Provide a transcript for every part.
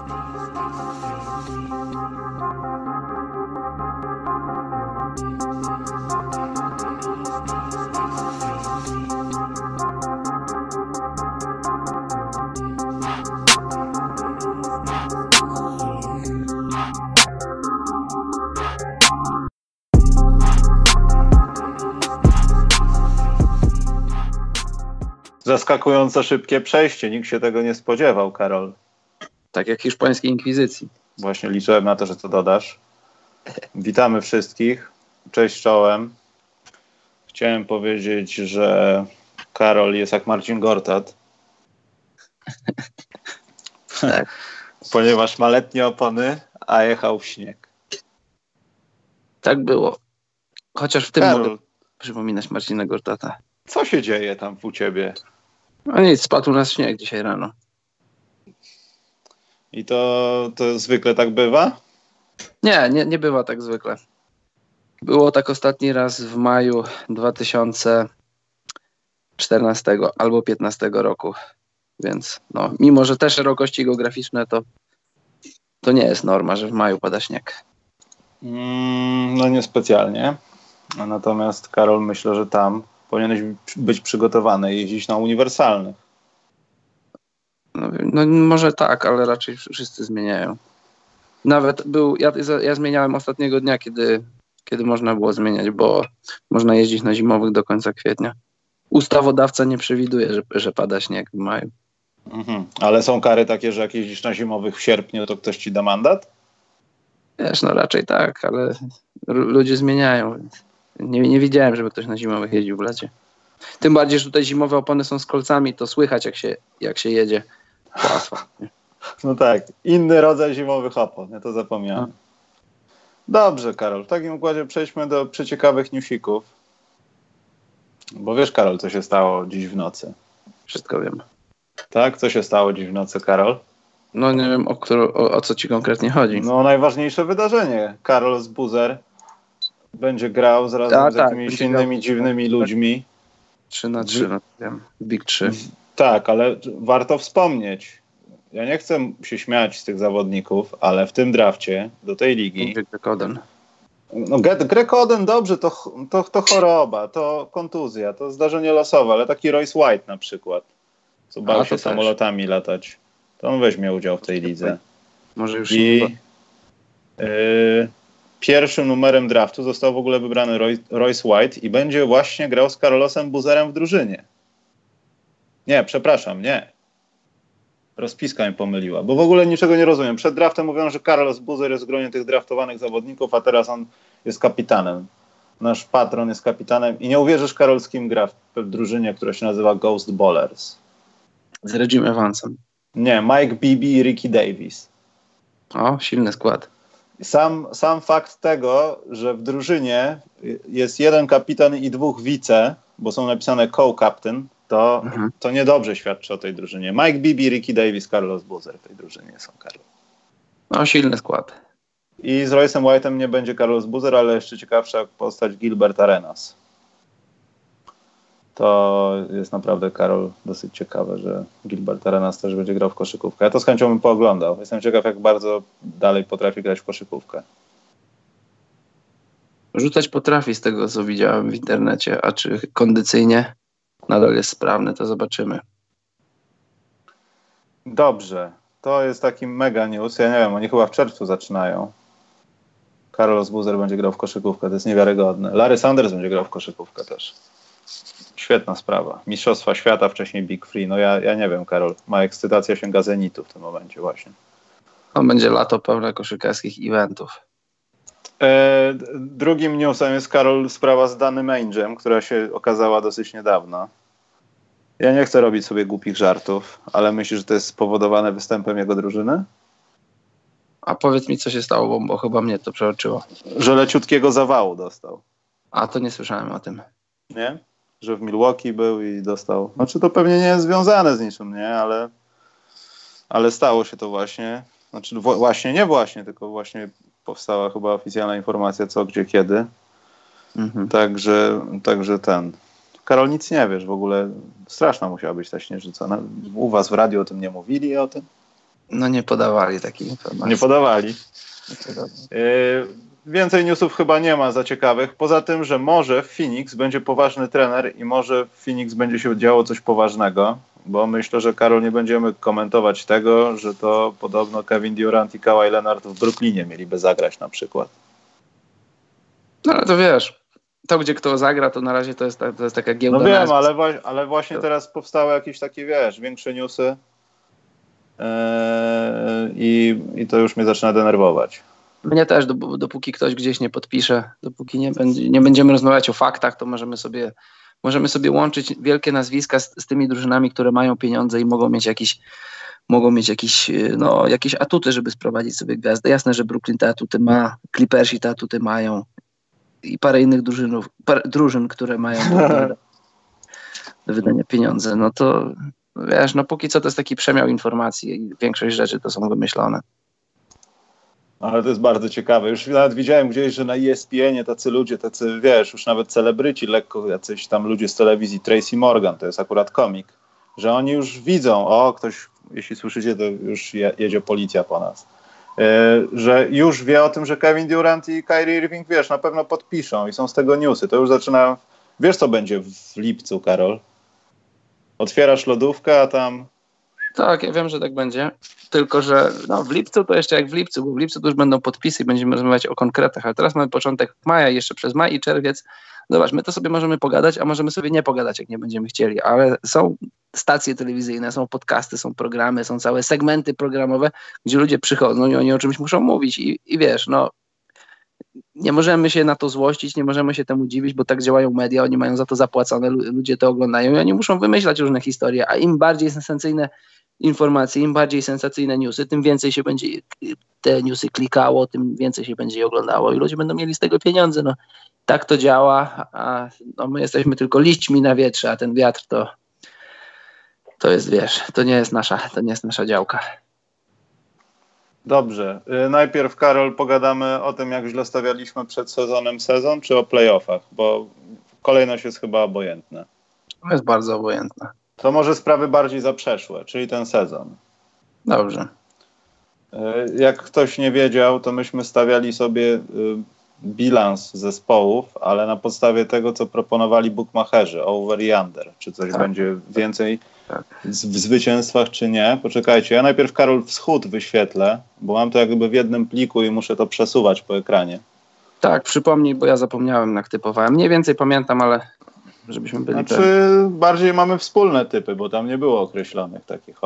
Zaskakująco szybkie przejście. Nikt się tego nie spodziewał, Karol. Tak jak hiszpańskiej inkwizycji. Właśnie liczyłem na to, że to dodasz. Witamy wszystkich. Cześć czołem. Chciałem powiedzieć, że Karol jest jak Marcin Gortat. Tak. Ponieważ ma letnie opony, a jechał w śnieg. Tak było. Chociaż w tym Karol, mogę przypominać Marcina Gortata. co się dzieje tam u ciebie? No nic, spadł nas śnieg dzisiaj rano. I to zwykle tak bywa? Nie bywa tak zwykle. Było tak ostatni raz w maju 2014 albo 2015 roku. Więc no, mimo że te szerokości geograficzne, to nie jest norma, że w maju pada śnieg. No niespecjalnie. Natomiast Karol, myślę, że tam powinieneś być przygotowany i jeździć na uniwersalnych. No może tak, ale raczej wszyscy zmieniają. Nawet ja zmieniałem ostatniego dnia, kiedy można było zmieniać, bo można jeździć na zimowych do końca kwietnia. Ustawodawca nie przewiduje, że pada śnieg w maju. Ale są kary takie, że jak jeździsz na zimowych w sierpniu, to ktoś ci da mandat? Wiesz, no raczej tak, ale ludzie zmieniają. Więc nie widziałem, żeby ktoś na zimowych jeździł w lecie. Tym bardziej, że tutaj zimowe opony są z kolcami, to słychać jak się jedzie po asfalcie. No tak, inny rodzaj zimowych opon, ja to zapomniałem. Dobrze, Karol, w takim układzie przejdźmy do przeciekawych newsików. Bo wiesz, Karol, co się stało dziś w nocy? Wszystko wiem. Tak? Co się stało dziś w nocy, Karol? No nie wiem, o co ci konkretnie chodzi. No najważniejsze wydarzenie. Karol Zbuzer będzie grał razem z jakimiś innymi dziwnymi ludźmi. 3-3, no wiem. Big 3. Tak, ale warto wspomnieć. Ja nie chcę się śmiać z tych zawodników, ale w tym drafcie do tej ligi... Greg Oden. No, Greg Oden, dobrze, to choroba, to kontuzja, to zdarzenie losowe, ale taki Royce White na przykład, co bał się samolotami latać, to on weźmie udział w tej lidze. Może już pierwszym numerem draftu został w ogóle wybrany Royce White i będzie właśnie grał z Carlosem Buzerem w drużynie. Nie, przepraszam, nie. Rozpiska mnie pomyliła, bo w ogóle niczego nie rozumiem. Przed draftem mówią, że Carlos Boozer jest w gronie tych draftowanych zawodników, a teraz on jest kapitanem. Nasz patron jest kapitanem i nie uwierzysz, Karol, z kim gra w drużynie, która się nazywa Ghost Ballers. Z Regim Evansem. Nie, Mike Bibby i Ricky Davis. O, silny skład. Sam fakt tego, że w drużynie jest jeden kapitan i dwóch wice, bo są napisane co-captain, to niedobrze świadczy o tej drużynie. Mike Bibby, Ricky Davis, Carlos Boozer w tej drużynie są, Karol. No, silny skład. I z Royce'em White'em nie będzie Carlos Boozer, ale jeszcze ciekawsza postać Gilbert Arenas. To jest naprawdę, Karol, dosyć ciekawe, że Gilbert Arenas też będzie grał w koszykówkę. Ja to z chęcią bym pooglądał. Jestem ciekaw, jak bardzo dalej potrafi grać w koszykówkę. Rzucać potrafi z tego, co widziałem w internecie, a czy kondycyjnie nadal jest sprawny, to zobaczymy. Dobrze. To jest taki mega news. Ja nie wiem, oni chyba w czerwcu zaczynają. Carlos Boozer będzie grał w koszykówkę. To jest niewiarygodne. Larry Sanders będzie grał w koszykówkę też. Świetna sprawa. Mistrzostwa świata, wcześniej Big Free. No ja nie wiem, Karol. Ma ekscytacja sięga zenitu w tym momencie właśnie. On będzie lato pełne koszykarskich eventów. Drugim newsem jest, Karol, sprawa z Dannym Ainge'em, która się okazała dosyć niedawno. Ja nie chcę robić sobie głupich żartów, ale myślisz, że to jest spowodowane występem jego drużyny? A powiedz mi, co się stało, bo chyba mnie to przeoczyło. Że leciutkiego zawału dostał. A to nie słyszałem o tym. Nie? Że w Milwaukee był i dostał... Znaczy to pewnie nie jest związane z niczym, nie? Ale stało się to właśnie. Znaczy tylko właśnie powstała chyba oficjalna informacja co, gdzie, kiedy. Także ten... Karol, nic nie wiesz w ogóle. Straszna musiała być ta śnieżyca. U was w radiu o tym nie mówili o tym? No nie podawali takich informacji. Nie podawali. Więcej newsów chyba nie ma za ciekawych. Poza tym, że może w Phoenix będzie poważny trener i może w Phoenix będzie się działo coś poważnego, bo myślę, że Karol, nie będziemy komentować tego, że to podobno Kevin Durant i Kawhi Leonard w Brooklynie mieliby zagrać na przykład. No ale to wiesz, to gdzie kto zagra, to na razie to jest taka giełda. No wiem, ale właśnie teraz powstały jakieś takie, wiesz, większe newsy i to już mnie zaczyna denerwować. Mnie też, dopóki ktoś gdzieś nie podpisze, dopóki nie będziemy rozmawiać o faktach, to możemy sobie łączyć wielkie nazwiska z tymi drużynami, które mają pieniądze i mogą mieć jakieś atuty, żeby sprowadzić sobie gwiazdę. Jasne, że Brooklyn te atuty ma, Clippersi te atuty mają i parę innych drużyn, które mają do wydania pieniądze. No to wiesz, no póki co to jest taki przemiał informacji i większość rzeczy to są wymyślone. Ale to jest bardzo ciekawe. Już nawet widziałem gdzieś, że na ESPN-ie tacy ludzie, wiesz, już nawet celebryci, lekko jacyś tam ludzie z telewizji, Tracy Morgan, to jest akurat komik, że oni już widzą, ktoś, jeśli słyszycie, to już jedzie policja po nas, że już wie o tym, że Kevin Durant i Kyrie Irving, wiesz, na pewno podpiszą i są z tego newsy. To już zaczyna, wiesz co będzie w lipcu, Karol? Otwierasz lodówkę, a tam... Tak, ja wiem, że tak będzie, tylko że w lipcu to jeszcze jak w lipcu, bo w lipcu to już będą podpisy i będziemy rozmawiać o konkretach, ale teraz mamy początek maja, jeszcze przez maj i czerwiec. Zobacz, my to sobie możemy pogadać, a możemy sobie nie pogadać, jak nie będziemy chcieli, ale są stacje telewizyjne, są podcasty, są programy, są całe segmenty programowe, gdzie ludzie przychodzą i oni o czymś muszą mówić i wiesz, nie możemy się na to złościć, nie możemy się temu dziwić, bo tak działają media, oni mają za to zapłacone, ludzie to oglądają i oni muszą wymyślać różne historie, a im bardziej sensacyjne informacje, im bardziej sensacyjne newsy, tym więcej się będzie te newsy klikało, tym więcej się będzie je oglądało i ludzie będą mieli z tego pieniądze. Tak to działa, a my jesteśmy tylko liśćmi na wietrze, a ten wiatr to jest, wiesz, to nie jest nasza działka. Dobrze. Najpierw, Karol, pogadamy o tym, jak źle stawialiśmy przed sezonem sezon, czy o playoffach, bo kolejność jest chyba obojętna. To jest bardzo obojętna. To może sprawy bardziej zaprzeszłe, czyli ten sezon. Dobrze. Jak ktoś nie wiedział, to myśmy stawiali sobie bilans zespołów, ale na podstawie tego, co proponowali bookmacherzy, over i under. Czy coś będzie więcej w zwycięstwach, czy nie. Poczekajcie, ja najpierw, Karol, wschód wyświetlę, bo mam to jakby w jednym pliku i muszę to przesuwać po ekranie. Tak, przypomnij, bo ja zapomniałem, jak typowałem. Mniej więcej pamiętam, ale żebyśmy byli bardziej mamy wspólne typy, bo tam nie było określonych takich,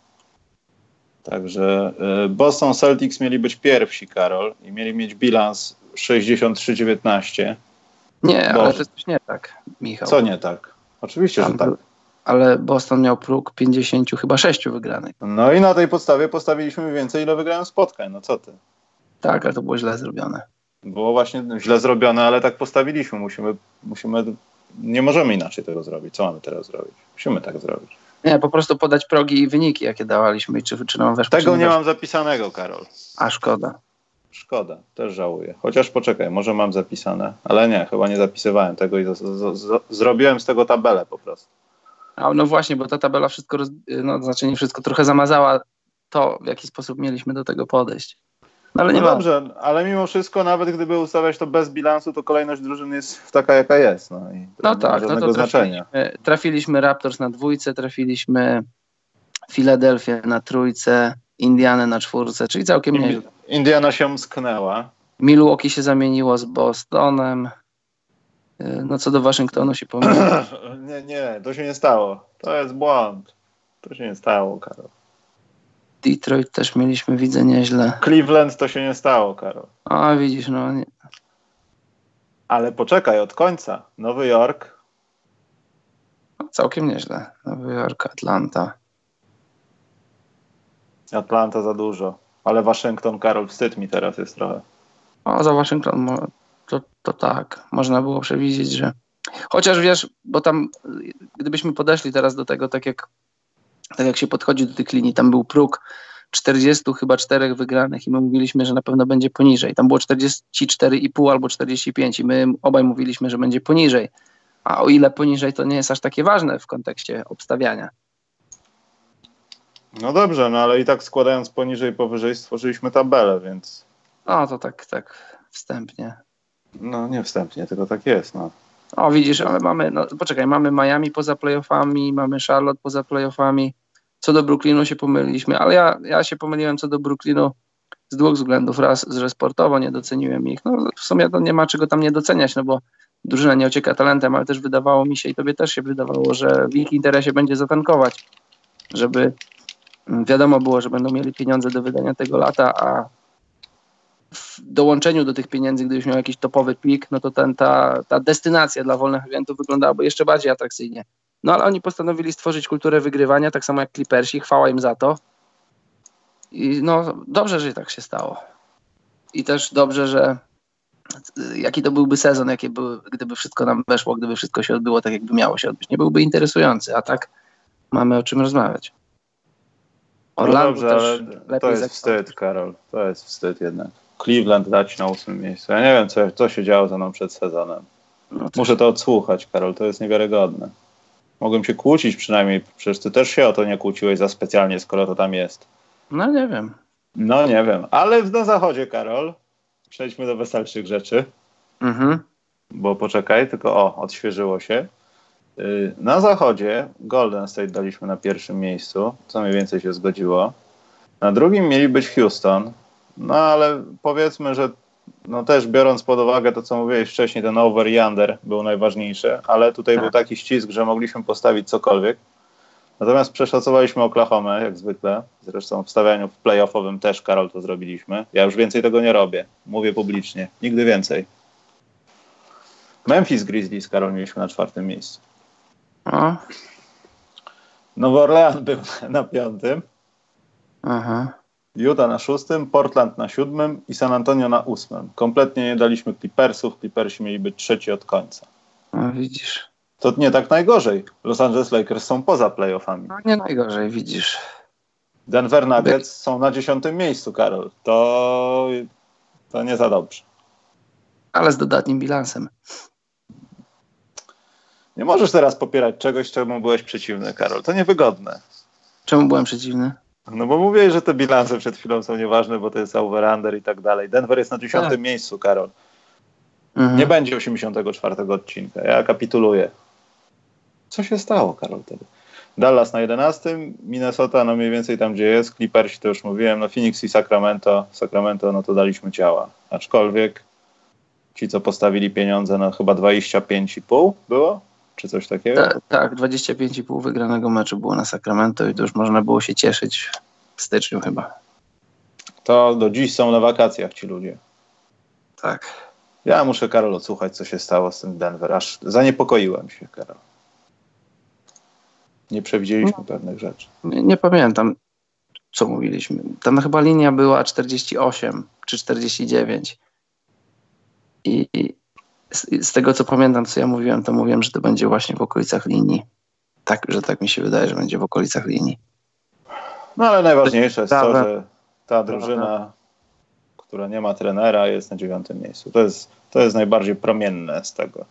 Także Boston Celtics mieli być pierwsi, Karol, i mieli mieć bilans 63-19. Nie, ale to jest nie tak, Michał. Co nie tak? Oczywiście, że tak. Ale Boston miał próg 56 wygranych. No i na tej podstawie postawiliśmy więcej, ile wygrałem spotkań. No co ty? Tak, ale to było źle zrobione. Było właśnie źle zrobione, ale tak postawiliśmy. Nie możemy inaczej tego zrobić. Co mamy teraz zrobić? Musimy tak zrobić. Nie, po prostu podać progi i wyniki, jakie dawaliśmy i czy nam weszło. Tego nie mam zapisanego, Karol. A szkoda. Szkoda, też żałuję. Chociaż poczekaj, może mam zapisane. Ale nie, chyba nie zapisywałem tego i zrobiłem z tego tabelę po prostu. No właśnie, bo ta tabela wszystko, nie wszystko, trochę zamazała to, w jaki sposób mieliśmy do tego podejść. Ale nie dobrze, ale mimo wszystko, nawet gdyby ustawiać to bez bilansu, to kolejność drużyn jest taka, jaka jest. To znaczenia. Trafiliśmy Raptors na 2, trafiliśmy Filadelfię na 3, Indianę na 4, czyli całkiem nieźle. Indiana się msknęła. Milwaukee się zamieniło z Bostonem. Co do Waszyngtonu się pomyliło. Nie, to się nie stało. To jest błąd. To się nie stało, Karol. Detroit też mieliśmy, widzę, nieźle. Cleveland to się nie stało, Karol. A widzisz, nie. Ale poczekaj, od końca. Nowy Jork. Całkiem nieźle. Nowy Jork, Atlanta. Atlanta za dużo. Ale Waszyngton, Karol, wstyd mi teraz jest trochę. Za Waszyngton to tak. Można było przewidzieć, że... Chociaż wiesz, bo tam gdybyśmy podeszli teraz do tego, tak jak się podchodzi do tych linii, tam był próg 44 wygranych i my mówiliśmy, że na pewno będzie poniżej. Tam było 44,5 albo 45 i my obaj mówiliśmy, że będzie poniżej. A o ile poniżej, to nie jest aż takie ważne w kontekście obstawiania. No dobrze, no ale i tak składając poniżej, powyżej stworzyliśmy tabelę, więc... No to tak wstępnie. No nie wstępnie, tylko tak jest, no. O, widzisz, ale mamy Miami poza playoffami, mamy Charlotte poza playoffami. Co do Brooklynu się pomyliliśmy, ale ja się pomyliłem co do Brooklynu z dwóch względów. Raz, że sportowo nie doceniłem ich. No w sumie to nie ma czego tam nie doceniać, no bo drużyna nie ocieka talentem, ale też wydawało mi się i tobie też się wydawało, że w ich interesie będzie zatankować, żeby wiadomo było, że będą mieli pieniądze do wydania tego lata, a w dołączeniu do tych pieniędzy, gdybyś miał jakiś topowy pik, no to ta destynacja dla wolnych agentów wyglądałaby jeszcze bardziej atrakcyjnie. No ale oni postanowili stworzyć kulturę wygrywania, tak samo jak Clippersi, chwała im za to. I no dobrze, że tak się stało. I też dobrze, że jaki to byłby sezon, gdyby wszystko nam weszło, gdyby wszystko się odbyło tak, jakby miało się odbyć. Nie byłby interesujący, a tak mamy o czym rozmawiać. Orlando no dobrze, też ale lepiej to jest wstyd, Karol. To jest wstyd jednak. Cleveland dać na 8. miejscu. Ja nie wiem, co się działo ze mną przed sezonem. No Muszę to odsłuchać, Karol. To jest niewiarygodne. Mogłem się kłócić przynajmniej. Przecież ty też się o to nie kłóciłeś za specjalnie, skoro to tam jest. No nie wiem. No nie wiem. Ale na zachodzie, Karol, przejdźmy do weselszych rzeczy. Bo poczekaj, tylko odświeżyło się. Na zachodzie Golden State daliśmy na 1. miejscu, co mniej więcej się zgodziło. Na 2. mieli być Houston, no ale powiedzmy, że no też biorąc pod uwagę to, co mówiłeś wcześniej, ten over i under był najważniejszy, ale tutaj był taki ścisk, że mogliśmy postawić cokolwiek. Natomiast przeszacowaliśmy Oklahomę, jak zwykle. Zresztą w stawianiu w playoffowym też, Karol, to zrobiliśmy. Ja już więcej tego nie robię. Mówię publicznie. Nigdy więcej. Memphis Grizzlies, Karol, mieliśmy na 4. miejscu. O. Nowy Orleans był na 5. Aha. Utah na 6., Portland na 7. i San Antonio na 8. Kompletnie nie daliśmy Clippersów. Clippersi mieli być 3. od końca. No widzisz. To nie tak najgorzej. Los Angeles Lakers są poza playoffami. No nie najgorzej, widzisz. Denver Nuggets są na 10. miejscu, Karol. To nie za dobrze. Ale z dodatnim bilansem. Nie możesz teraz popierać czegoś, czemu byłeś przeciwny, Karol. To niewygodne. Czemu byłem przeciwny? No bo mówię, że te bilanse przed chwilą są nieważne, bo to jest over-under i tak dalej. Denver jest na 10. miejscu, Karol. Nie będzie 84. odcinka. Ja kapituluję. Co się stało, Karol, wtedy? Dallas na 11. Minnesota, no mniej więcej tam, gdzie jest. Clippersi, to już mówiłem. No Phoenix i Sacramento. Sacramento, no to daliśmy ciała. Aczkolwiek ci, co postawili pieniądze na chyba 25,5 było? Czy coś takiego? Tak, 25,5 wygranego meczu było na Sacramento i to już można było się cieszyć w styczniu chyba. To do dziś są na wakacjach ci ludzie. Tak. Ja muszę, Karol, odsłuchać, co się stało z tym Denver. Aż zaniepokoiłem się, Karol. Nie przewidzieliśmy pewnych rzeczy. Nie pamiętam, co mówiliśmy. Tam chyba linia była 48 czy 49. I z tego, co pamiętam, co ja mówiłem, to mówiłem, że to będzie właśnie w okolicach linii. Tak, że tak mi się wydaje, że będzie w okolicach linii. No ale najważniejsze jest to, że ta drużyna, która nie ma trenera, jest na 9. miejscu. To jest najbardziej promienne z tego.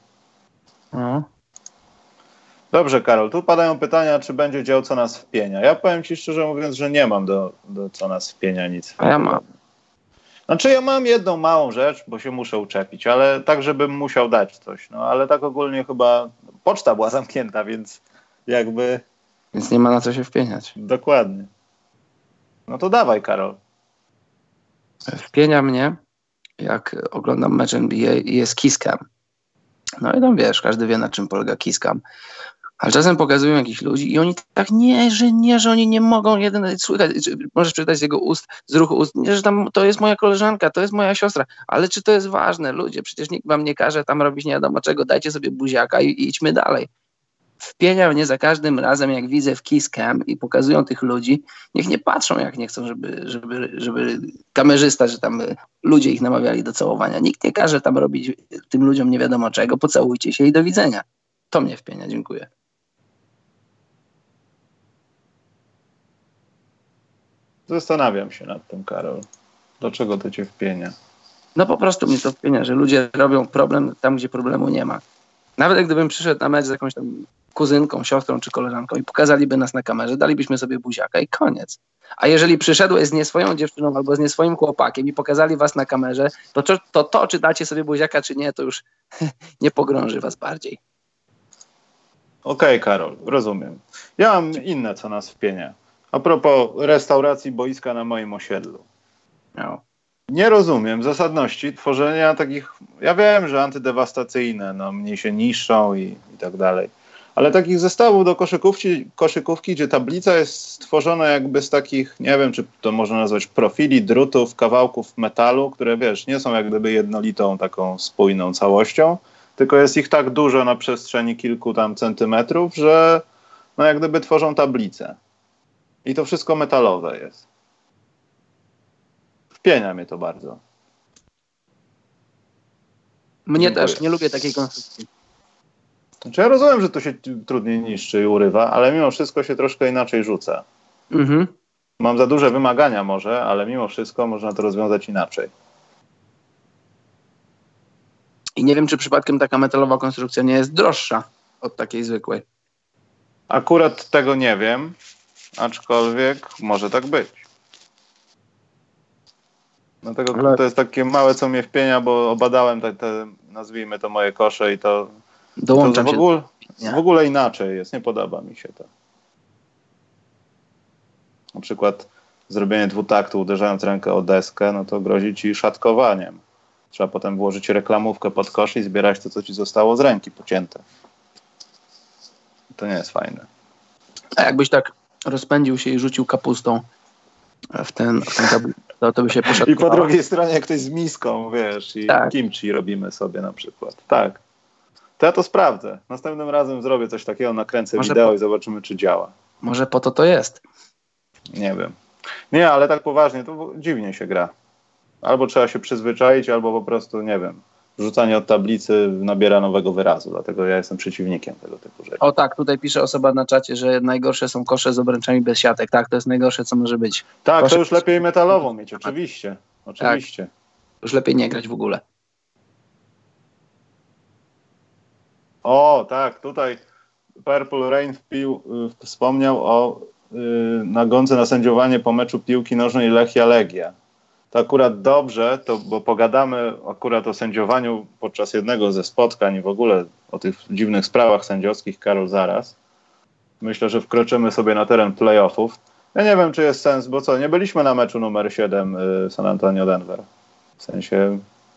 Dobrze, Karol, tu padają pytania, czy będzie dział, co nas wpienia. Ja powiem ci szczerze mówiąc, że nie mam do co nas wpienia nic. A ja mam. Znaczy ja mam jedną małą rzecz, bo się muszę uczepić, ale tak, żebym musiał dać coś. No ale tak ogólnie chyba poczta była zamknięta, więc jakby... Więc nie ma na co się wpieniać. Dokładnie. No to dawaj, Karol. Wpienia mnie, jak oglądam mecz NBA i jest kiss cam. No i tam wiesz, każdy wie, na czym polega kiss cam. Ale czasem pokazują jakichś ludzi i oni tak że oni nie mogą, słuchaj, możesz przeczytać z jego ust, z ruchu ust, nie, że tam to jest moja koleżanka, to jest moja siostra, ale czy to jest ważne? Ludzie, przecież nikt wam nie każe tam robić nie wiadomo czego, dajcie sobie buziaka i idźmy dalej. Wpienia mnie za każdym razem, jak widzę w kiss cam i pokazują tych ludzi, niech nie patrzą, jak nie chcą, żeby kamerzysta, że tam ludzie ich namawiali do całowania. Nikt nie każe tam robić tym ludziom nie wiadomo czego, pocałujcie się i do widzenia. To mnie wpienia, dziękuję. Zastanawiam się nad tym, Karol. Dlaczego to cię wpienia? No po prostu mnie to wpienia, że ludzie robią problem tam, gdzie problemu nie ma. Nawet gdybym przyszedł na mecz z jakąś tam kuzynką, siostrą czy koleżanką i pokazaliby nas na kamerze, dalibyśmy sobie buziaka i koniec. A jeżeli przyszedłeś z nie swoją dziewczyną albo z nie swoim chłopakiem i pokazali was na kamerze, to czy dacie sobie buziaka, czy nie, to już nie pogrąży was bardziej. Okej, Karol, rozumiem. Ja mam inne, co nas wpienia. A propos restauracji boiska na moim osiedlu. No. Nie rozumiem zasadności tworzenia takich, ja wiem, że antydewastacyjne, no mniej się niszczą i tak dalej, ale takich zestawów do koszykówki, gdzie tablica jest stworzona jakby z takich, nie wiem, czy to można nazwać profili, drutów, kawałków metalu, które wiesz, nie są jak gdyby jednolitą taką spójną całością, tylko jest ich tak dużo na przestrzeni kilku tam centymetrów, że no jak gdyby tworzą tablicę. I to wszystko metalowe jest. Wpienia mnie to bardzo. Mnie Dziękuję. też, nie lubię takiej konstrukcji. Znaczy ja rozumiem, że to się trudniej niszczy i urywa, ale mimo wszystko się troszkę inaczej rzuca. Mhm. Mam za duże wymagania może, ale mimo wszystko można to rozwiązać inaczej. I nie wiem, czy przypadkiem taka metalowa konstrukcja nie jest droższa od takiej zwykłej. Akurat tego nie wiem, aczkolwiek może tak być. Dlatego Ale to jest takie małe, co mnie wpienia, bo obadałem te nazwijmy to moje kosze i to dołączam to się. w ogóle inaczej jest. Nie podoba mi się to. Na przykład zrobienie dwutaktu uderzając rękę o deskę, no to grozi ci szatkowaniem. Trzeba potem włożyć reklamówkę pod kosz i zbierać to, co ci zostało z ręki pocięte. To nie jest fajne. A jakbyś tak rozpędził się i rzucił kapustą w ten to by się poszedł. I po drugiej stronie ktoś z miską, wiesz, i tak. kimchi robimy sobie na przykład. Tak. To ja to sprawdzę. Następnym razem zrobię coś takiego, nakręcę wideo i zobaczymy, czy działa. Może po to jest. Nie wiem. Nie, ale tak poważnie, to dziwnie się gra. Albo trzeba się przyzwyczaić, albo po prostu, nie wiem, rzucanie od tablicy nabiera nowego wyrazu. Dlatego ja jestem przeciwnikiem tego typu rzeczy. O tak, tutaj pisze osoba na czacie, że najgorsze są kosze z obręczami bez siatek. Tak, to jest najgorsze, co może być. Tak, kosze... to już lepiej metalową mieć, oczywiście. Oczywiście. Tak. Już lepiej nie grać w ogóle. O, tak, tutaj Purple Rain wspomniał o nagonce na sędziowanie po meczu piłki nożnej Lechia-Legia. To akurat dobrze, bo pogadamy akurat o sędziowaniu podczas jednego ze spotkań i w ogóle o tych dziwnych sprawach sędziowskich, Karol, zaraz. Myślę, że wkroczymy sobie na teren playoffów. Ja nie wiem, czy jest sens, bo co, nie byliśmy na meczu numer 7 San Antonio-Denver. W sensie...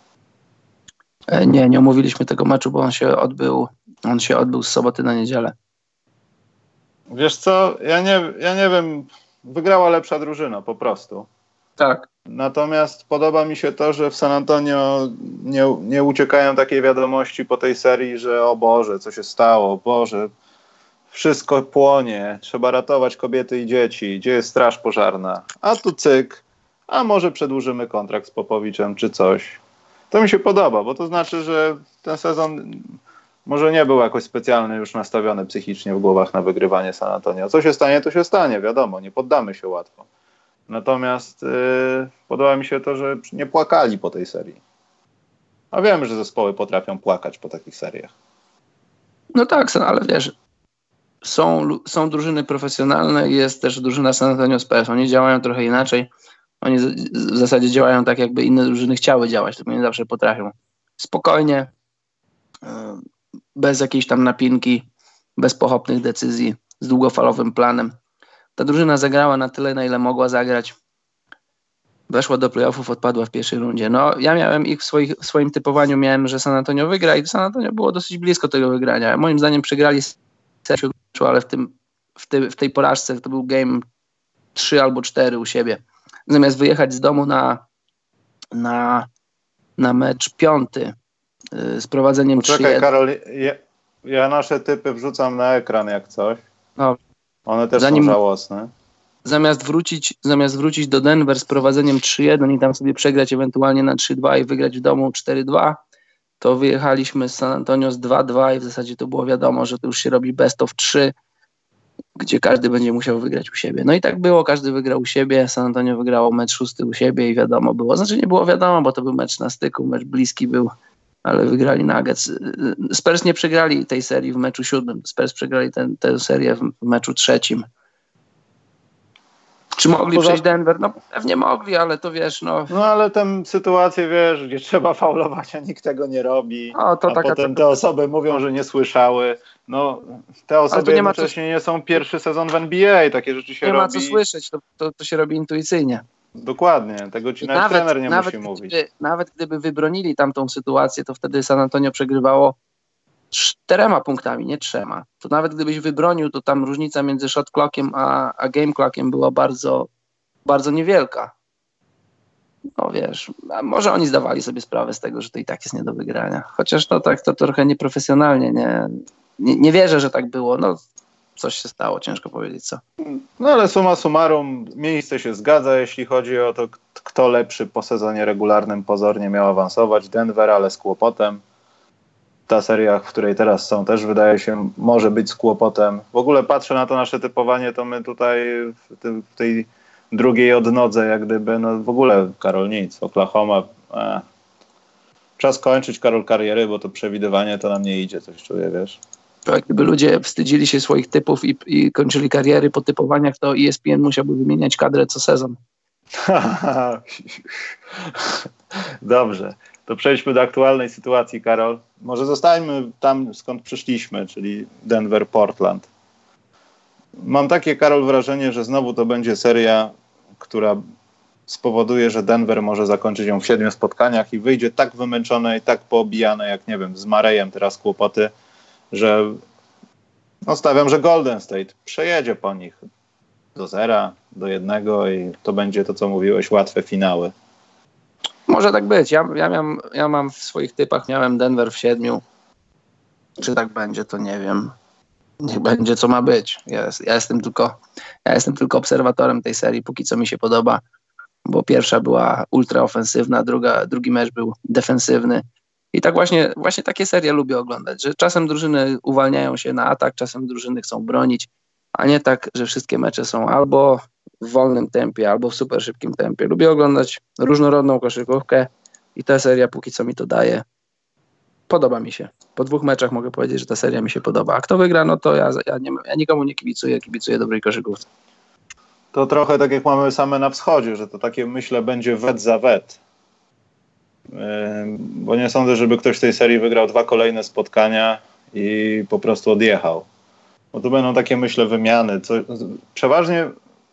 Nie omówiliśmy tego meczu, bo on się odbył z soboty na niedzielę. Wiesz co, ja nie wiem, wygrała lepsza drużyna po prostu. Tak. Natomiast podoba mi się to, że w San Antonio nie uciekają takie wiadomości po tej serii, że o Boże, co się stało, o Boże, wszystko płonie, trzeba ratować kobiety i dzieci, gdzie jest straż pożarna, a tu cyk, a może przedłużymy kontrakt z Popowiczem czy coś. To mi się podoba, bo to znaczy, że ten sezon może nie był jakoś specjalny już nastawiony psychicznie w głowach na wygrywanie San Antonio. Co się stanie, to się stanie, wiadomo, nie poddamy się łatwo. Natomiast podoba mi się to, że nie płakali po tej serii. A wiemy, że zespoły potrafią płakać po takich seriach. No tak, ale wiesz, są drużyny profesjonalne i jest też drużyna San Antonio Spurs. Oni działają trochę inaczej. Oni w zasadzie działają tak, jakby inne drużyny chciały działać, tylko nie zawsze potrafią. Spokojnie, bez jakiejś tam napinki, bez pochopnych decyzji, z długofalowym planem. Ta drużyna zagrała na tyle, na ile mogła zagrać. Weszła do playoffów, odpadła w pierwszej rundzie. No, ja miałem ich w swoim typowaniu, miałem, że San Antonio wygra i San Antonio było dosyć blisko tego wygrania. Moim zdaniem przegrali serię, ale w tej porażce to był game 3 albo 4 u siebie. Zamiast wyjechać z domu na mecz 5 z prowadzeniem 3-1. Czekaj, Karol, ja nasze typy wrzucam na ekran jak coś. No, one też są żałosne. Zamiast wrócić do Denver z prowadzeniem 3-1 i tam sobie przegrać ewentualnie na 3-2 i wygrać w domu 4-2, to wyjechaliśmy z San Antonio z 2-2 i w zasadzie to było wiadomo, że to już się robi best of 3, gdzie każdy będzie musiał wygrać u siebie. No i tak było, każdy wygrał u siebie, San Antonio wygrało mecz 6 u siebie i wiadomo było. Znaczy nie było wiadomo, bo to był mecz na styku, mecz bliski był ale wygrali Nuggets. Spurs nie przegrali tej serii w meczu 7. Spurs przegrali tę serię w meczu 3. Czy mogli przejść Denver? No pewnie mogli, ale to wiesz, no... No ale tę sytuację, wiesz, gdzie trzeba faulować, a nikt tego nie robi, a potem te osoby mówią, że nie słyszały. No, te osoby jednocześnie nie są pierwszy sezon w NBA, takie rzeczy się robi. Nie ma co słyszeć, to się robi intuicyjnie. Dokładnie, tego ci nawet trener nie musi mówić. Nawet gdyby wybronili tamtą sytuację, to wtedy San Antonio przegrywało 4 punktami, nie 3. To nawet gdybyś wybronił, to tam różnica między shot clockiem a game clockiem była bardzo, bardzo niewielka. No wiesz, a może oni zdawali sobie sprawę z tego, że to i tak jest nie do wygrania. Chociaż to tak to trochę nieprofesjonalnie, nie wierzę, że tak było. No coś się stało, ciężko powiedzieć co. No ale summa summarum, miejsce się zgadza, jeśli chodzi o to, kto lepszy po sezonie regularnym pozornie miał awansować. Denver, ale z kłopotem. Ta seria, w której teraz są, też wydaje się, może być z kłopotem. W ogóle patrzę na to nasze typowanie, to my tutaj w tej drugiej odnodze, jak gdyby, no w ogóle Karol nic. Oklahoma. Czas kończyć, Karol, kariery, bo to przewidywanie to nam nie idzie, coś czuję, wiesz. Gdyby ludzie wstydzili się swoich typów i kończyli kariery po typowaniach, to ESPN musiałby wymieniać kadrę co sezon. Dobrze, to przejdźmy do aktualnej sytuacji, Karol. Może zostańmy tam, skąd przyszliśmy, czyli Denver, Portland. Mam takie, Karol, wrażenie, że znowu to będzie seria, która spowoduje, że Denver może zakończyć ją w 7 spotkaniach i wyjdzie tak wymęczone i tak poobijane, jak nie wiem, z Marejem teraz kłopoty, że stawiam, że Golden State przejedzie po nich do 0, do 1 i to będzie to, co mówiłeś, łatwe finały. Może tak być. Ja mam w swoich typach, miałem Denver w 7. Czy tak będzie, to nie wiem. Niech będzie, co ma być. Ja jestem tylko obserwatorem tej serii, póki co mi się podoba, bo pierwsza była ultra ofensywna, drugi mecz był defensywny. I tak właśnie takie serie lubię oglądać, że czasem drużyny uwalniają się na atak, czasem drużyny chcą bronić, a nie tak, że wszystkie mecze są albo w wolnym tempie, albo w super szybkim tempie. Lubię oglądać różnorodną koszykówkę i ta seria póki co mi to daje. Podoba mi się. Po 2 meczach mogę powiedzieć, że ta seria mi się podoba. A kto wygra, no to ja nikomu nie kibicuję dobrej koszykówce. To trochę tak jak mamy same na wschodzie, że to takie, myślę, będzie wet za wet. Bo nie sądzę, żeby ktoś w tej serii wygrał 2 kolejne spotkania i po prostu odjechał. Bo to będą takie, myślę, wymiany. Przeważnie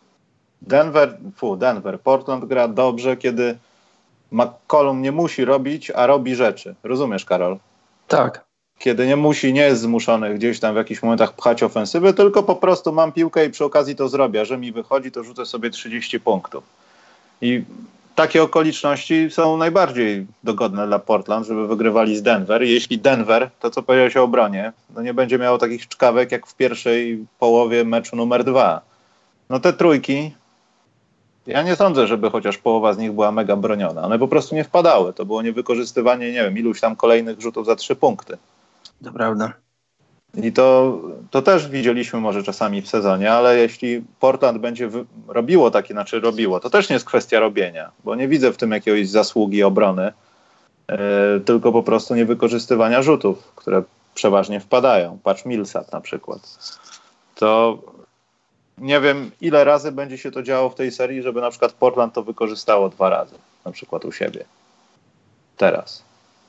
Portland gra dobrze, kiedy McCollum nie musi robić, a robi rzeczy. Rozumiesz, Karol? Tak. Kiedy nie jest zmuszony gdzieś tam w jakichś momentach pchać ofensywy, tylko po prostu mam piłkę i przy okazji to zrobię. A że mi wychodzi, to rzucę sobie 30 punktów. I takie okoliczności są najbardziej dogodne dla Portland, żeby wygrywali z Denver. Jeśli Denver, to co powiedziałeś o obronie, no nie będzie miało takich czkawek jak w pierwszej połowie meczu numer 2. No te trójki, ja nie sądzę, żeby chociaż połowa z nich była mega broniona. One po prostu nie wpadały. To było niewykorzystywanie, nie wiem, iluś tam kolejnych rzutów za 3 punkty. To prawda. I to też widzieliśmy może czasami w sezonie, ale jeśli Portland będzie robiło, to też nie jest kwestia robienia, bo nie widzę w tym jakiejś zasługi obrony, tylko po prostu niewykorzystywania rzutów, które przeważnie wpadają. Patrz Millsap na przykład. To nie wiem, ile razy będzie się to działo w tej serii, żeby na przykład Portland to wykorzystało 2 razy, na przykład u siebie. Teraz.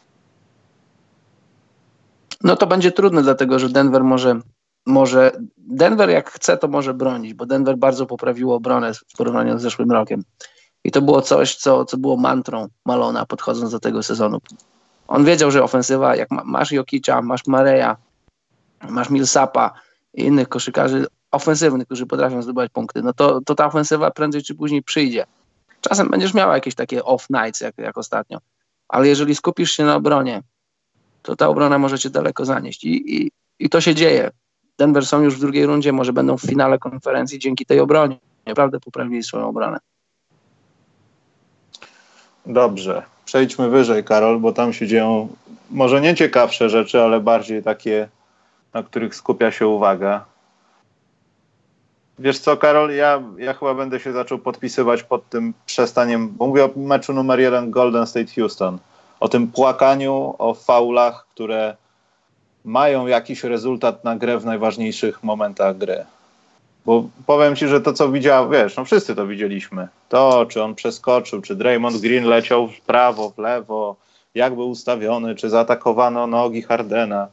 No to będzie trudne, dlatego że Denver może Denver jak chce, to może bronić, bo Denver bardzo poprawiło obronę w porównaniu z zeszłym rokiem. I to było coś, co było mantrą Malona podchodząc do tego sezonu. On wiedział, że ofensywa, jak masz Jokicza, masz Mareja, masz Millsapa i innych koszykarzy ofensywnych, którzy potrafią zdobywać punkty, no to ta ofensywa prędzej czy później przyjdzie. Czasem będziesz miała jakieś takie off nights, jak ostatnio. Ale jeżeli skupisz się na obronie, to ta obrona może cię daleko zanieść. I to się dzieje. Denver są już w drugiej rundzie, może będą w finale konferencji dzięki tej obronie. Naprawdę poprawili swoją obronę. Dobrze. Przejdźmy wyżej, Karol, bo tam się dzieją może nie ciekawsze rzeczy, ale bardziej takie, na których skupia się uwaga. Wiesz co, Karol, ja chyba będę się zaczął podpisywać pod tym przestaniem, bo mówię o meczu numer 1 Golden State Houston. o tym płakaniu, o faulach, które mają jakiś rezultat na grę w najważniejszych momentach gry. Bo powiem ci, że to co widziałem, wiesz, no wszyscy to widzieliśmy. To, czy on przeskoczył, czy Draymond Green leciał w prawo, w lewo, jak był ustawiony, czy zaatakowano nogi Hardena.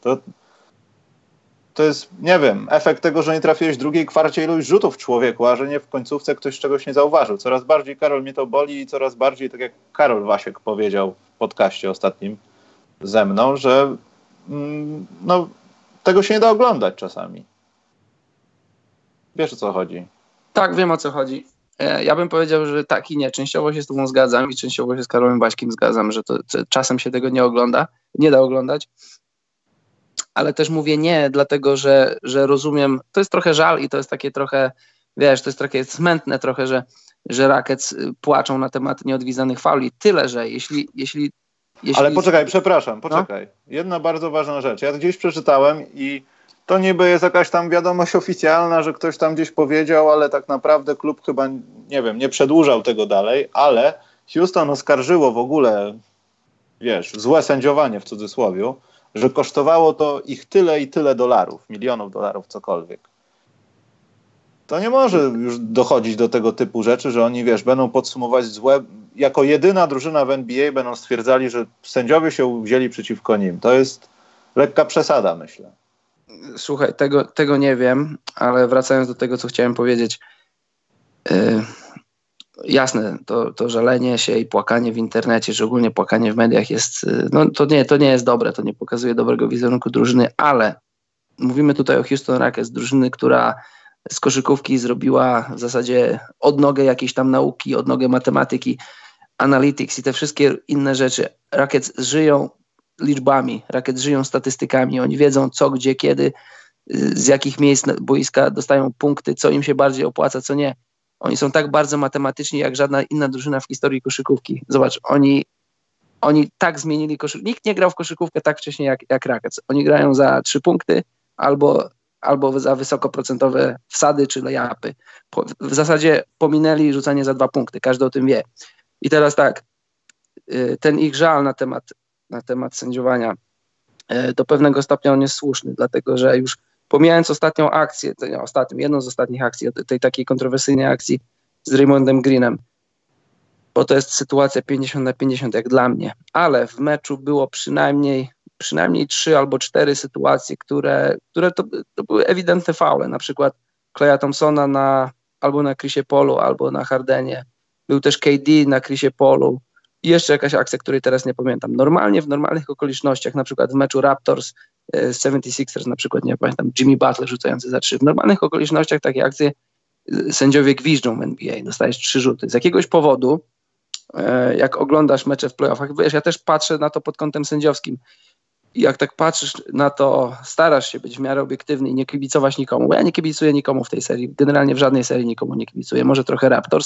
To jest, nie wiem, efekt tego, że nie trafiłeś w drugiej kwarcie iluś rzutów człowieku, a że nie w końcówce ktoś czegoś nie zauważył. Coraz bardziej, Karol, mnie to boli i coraz bardziej, tak jak Karol Wasiek powiedział w podcaście ostatnim ze mną, że no, tego się nie da oglądać czasami. Wiesz, o co chodzi? Tak, wiem, o co chodzi. Ja bym powiedział, że tak i nie. Częściowo się z tobą zgadzam i częściowo się z Karolem Baśkiem zgadzam, że to czasem się tego nie da oglądać. Ale też mówię nie, dlatego że rozumiem, to jest trochę żal i to jest takie trochę, wiesz, to jest trochę smętne trochę, że Rockets płaczą na temat nieodwizanych fauli. Tyle, że jeśli Ale poczekaj, przepraszam. No? Jedna bardzo ważna rzecz. Ja gdzieś przeczytałem i to niby jest jakaś tam wiadomość oficjalna, że ktoś tam gdzieś powiedział, ale tak naprawdę klub chyba, nie wiem, nie przedłużał tego dalej, ale Houston oskarżyło w ogóle, wiesz, złe sędziowanie w cudzysłowie, że kosztowało to ich tyle i tyle dolarów, milionów dolarów, cokolwiek. To nie może już dochodzić do tego typu rzeczy, że oni, wiesz, będą podsumować złe, jako jedyna drużyna w NBA będą stwierdzali, że sędziowie się wzięli przeciwko nim. To jest lekka przesada, myślę. Słuchaj, tego nie wiem, ale wracając do tego, co chciałem powiedzieć. Jasne, to żalenie się i płakanie w internecie, czy ogólnie płakanie w mediach jest, no to nie jest dobre, to nie pokazuje dobrego wizerunku drużyny, ale mówimy tutaj o Houston Rockets, drużyny, która z koszykówki zrobiła w zasadzie odnogę jakiejś tam nauki, odnogę matematyki, analytics i te wszystkie inne rzeczy. Rockets żyją liczbami, Rockets żyją statystykami, oni wiedzą co, gdzie, kiedy, z jakich miejsc boiska dostają punkty, co im się bardziej opłaca, co nie. Oni są tak bardzo matematyczni, jak żadna inna drużyna w historii koszykówki. Zobacz, oni tak zmienili koszykówkę. Nikt nie grał w koszykówkę tak wcześniej jak Rockets. Oni grają za 3 punkty albo za wysokoprocentowe wsady czy layupy. W zasadzie pominęli rzucanie za 2 punkty. Każdy o tym wie. I teraz tak, ten ich żal na temat sędziowania do pewnego stopnia on jest słuszny, dlatego że już pomijając ostatnią akcję, jedną z ostatnich akcji, tej takiej kontrowersyjnej akcji z Draymondem Greenem, bo to jest sytuacja 50-50 jak dla mnie, ale w meczu było przynajmniej 3 albo 4 sytuacje, które to były ewidentne faule, na przykład Klaya Thompsona albo na Chrisie Paulu, albo na Hardenie. Był też KD na Chrisie Paulu i jeszcze jakaś akcja, której teraz nie pamiętam. Normalnie, w normalnych okolicznościach, na przykład w meczu Raptors 76ers, na przykład, nie pamiętam, Jimmy Butler rzucający za 3. W normalnych okolicznościach takie akcje sędziowie gwiżdżą w NBA, dostajesz 3 rzuty. Z jakiegoś powodu, jak oglądasz mecze w playoffach, wiesz, ja też patrzę na to pod kątem sędziowskim. I jak tak patrzysz na to, starasz się być w miarę obiektywny i nie kibicować nikomu, bo ja nie kibicuję nikomu w tej serii, generalnie w żadnej serii nikomu nie kibicuję, może trochę Raptors,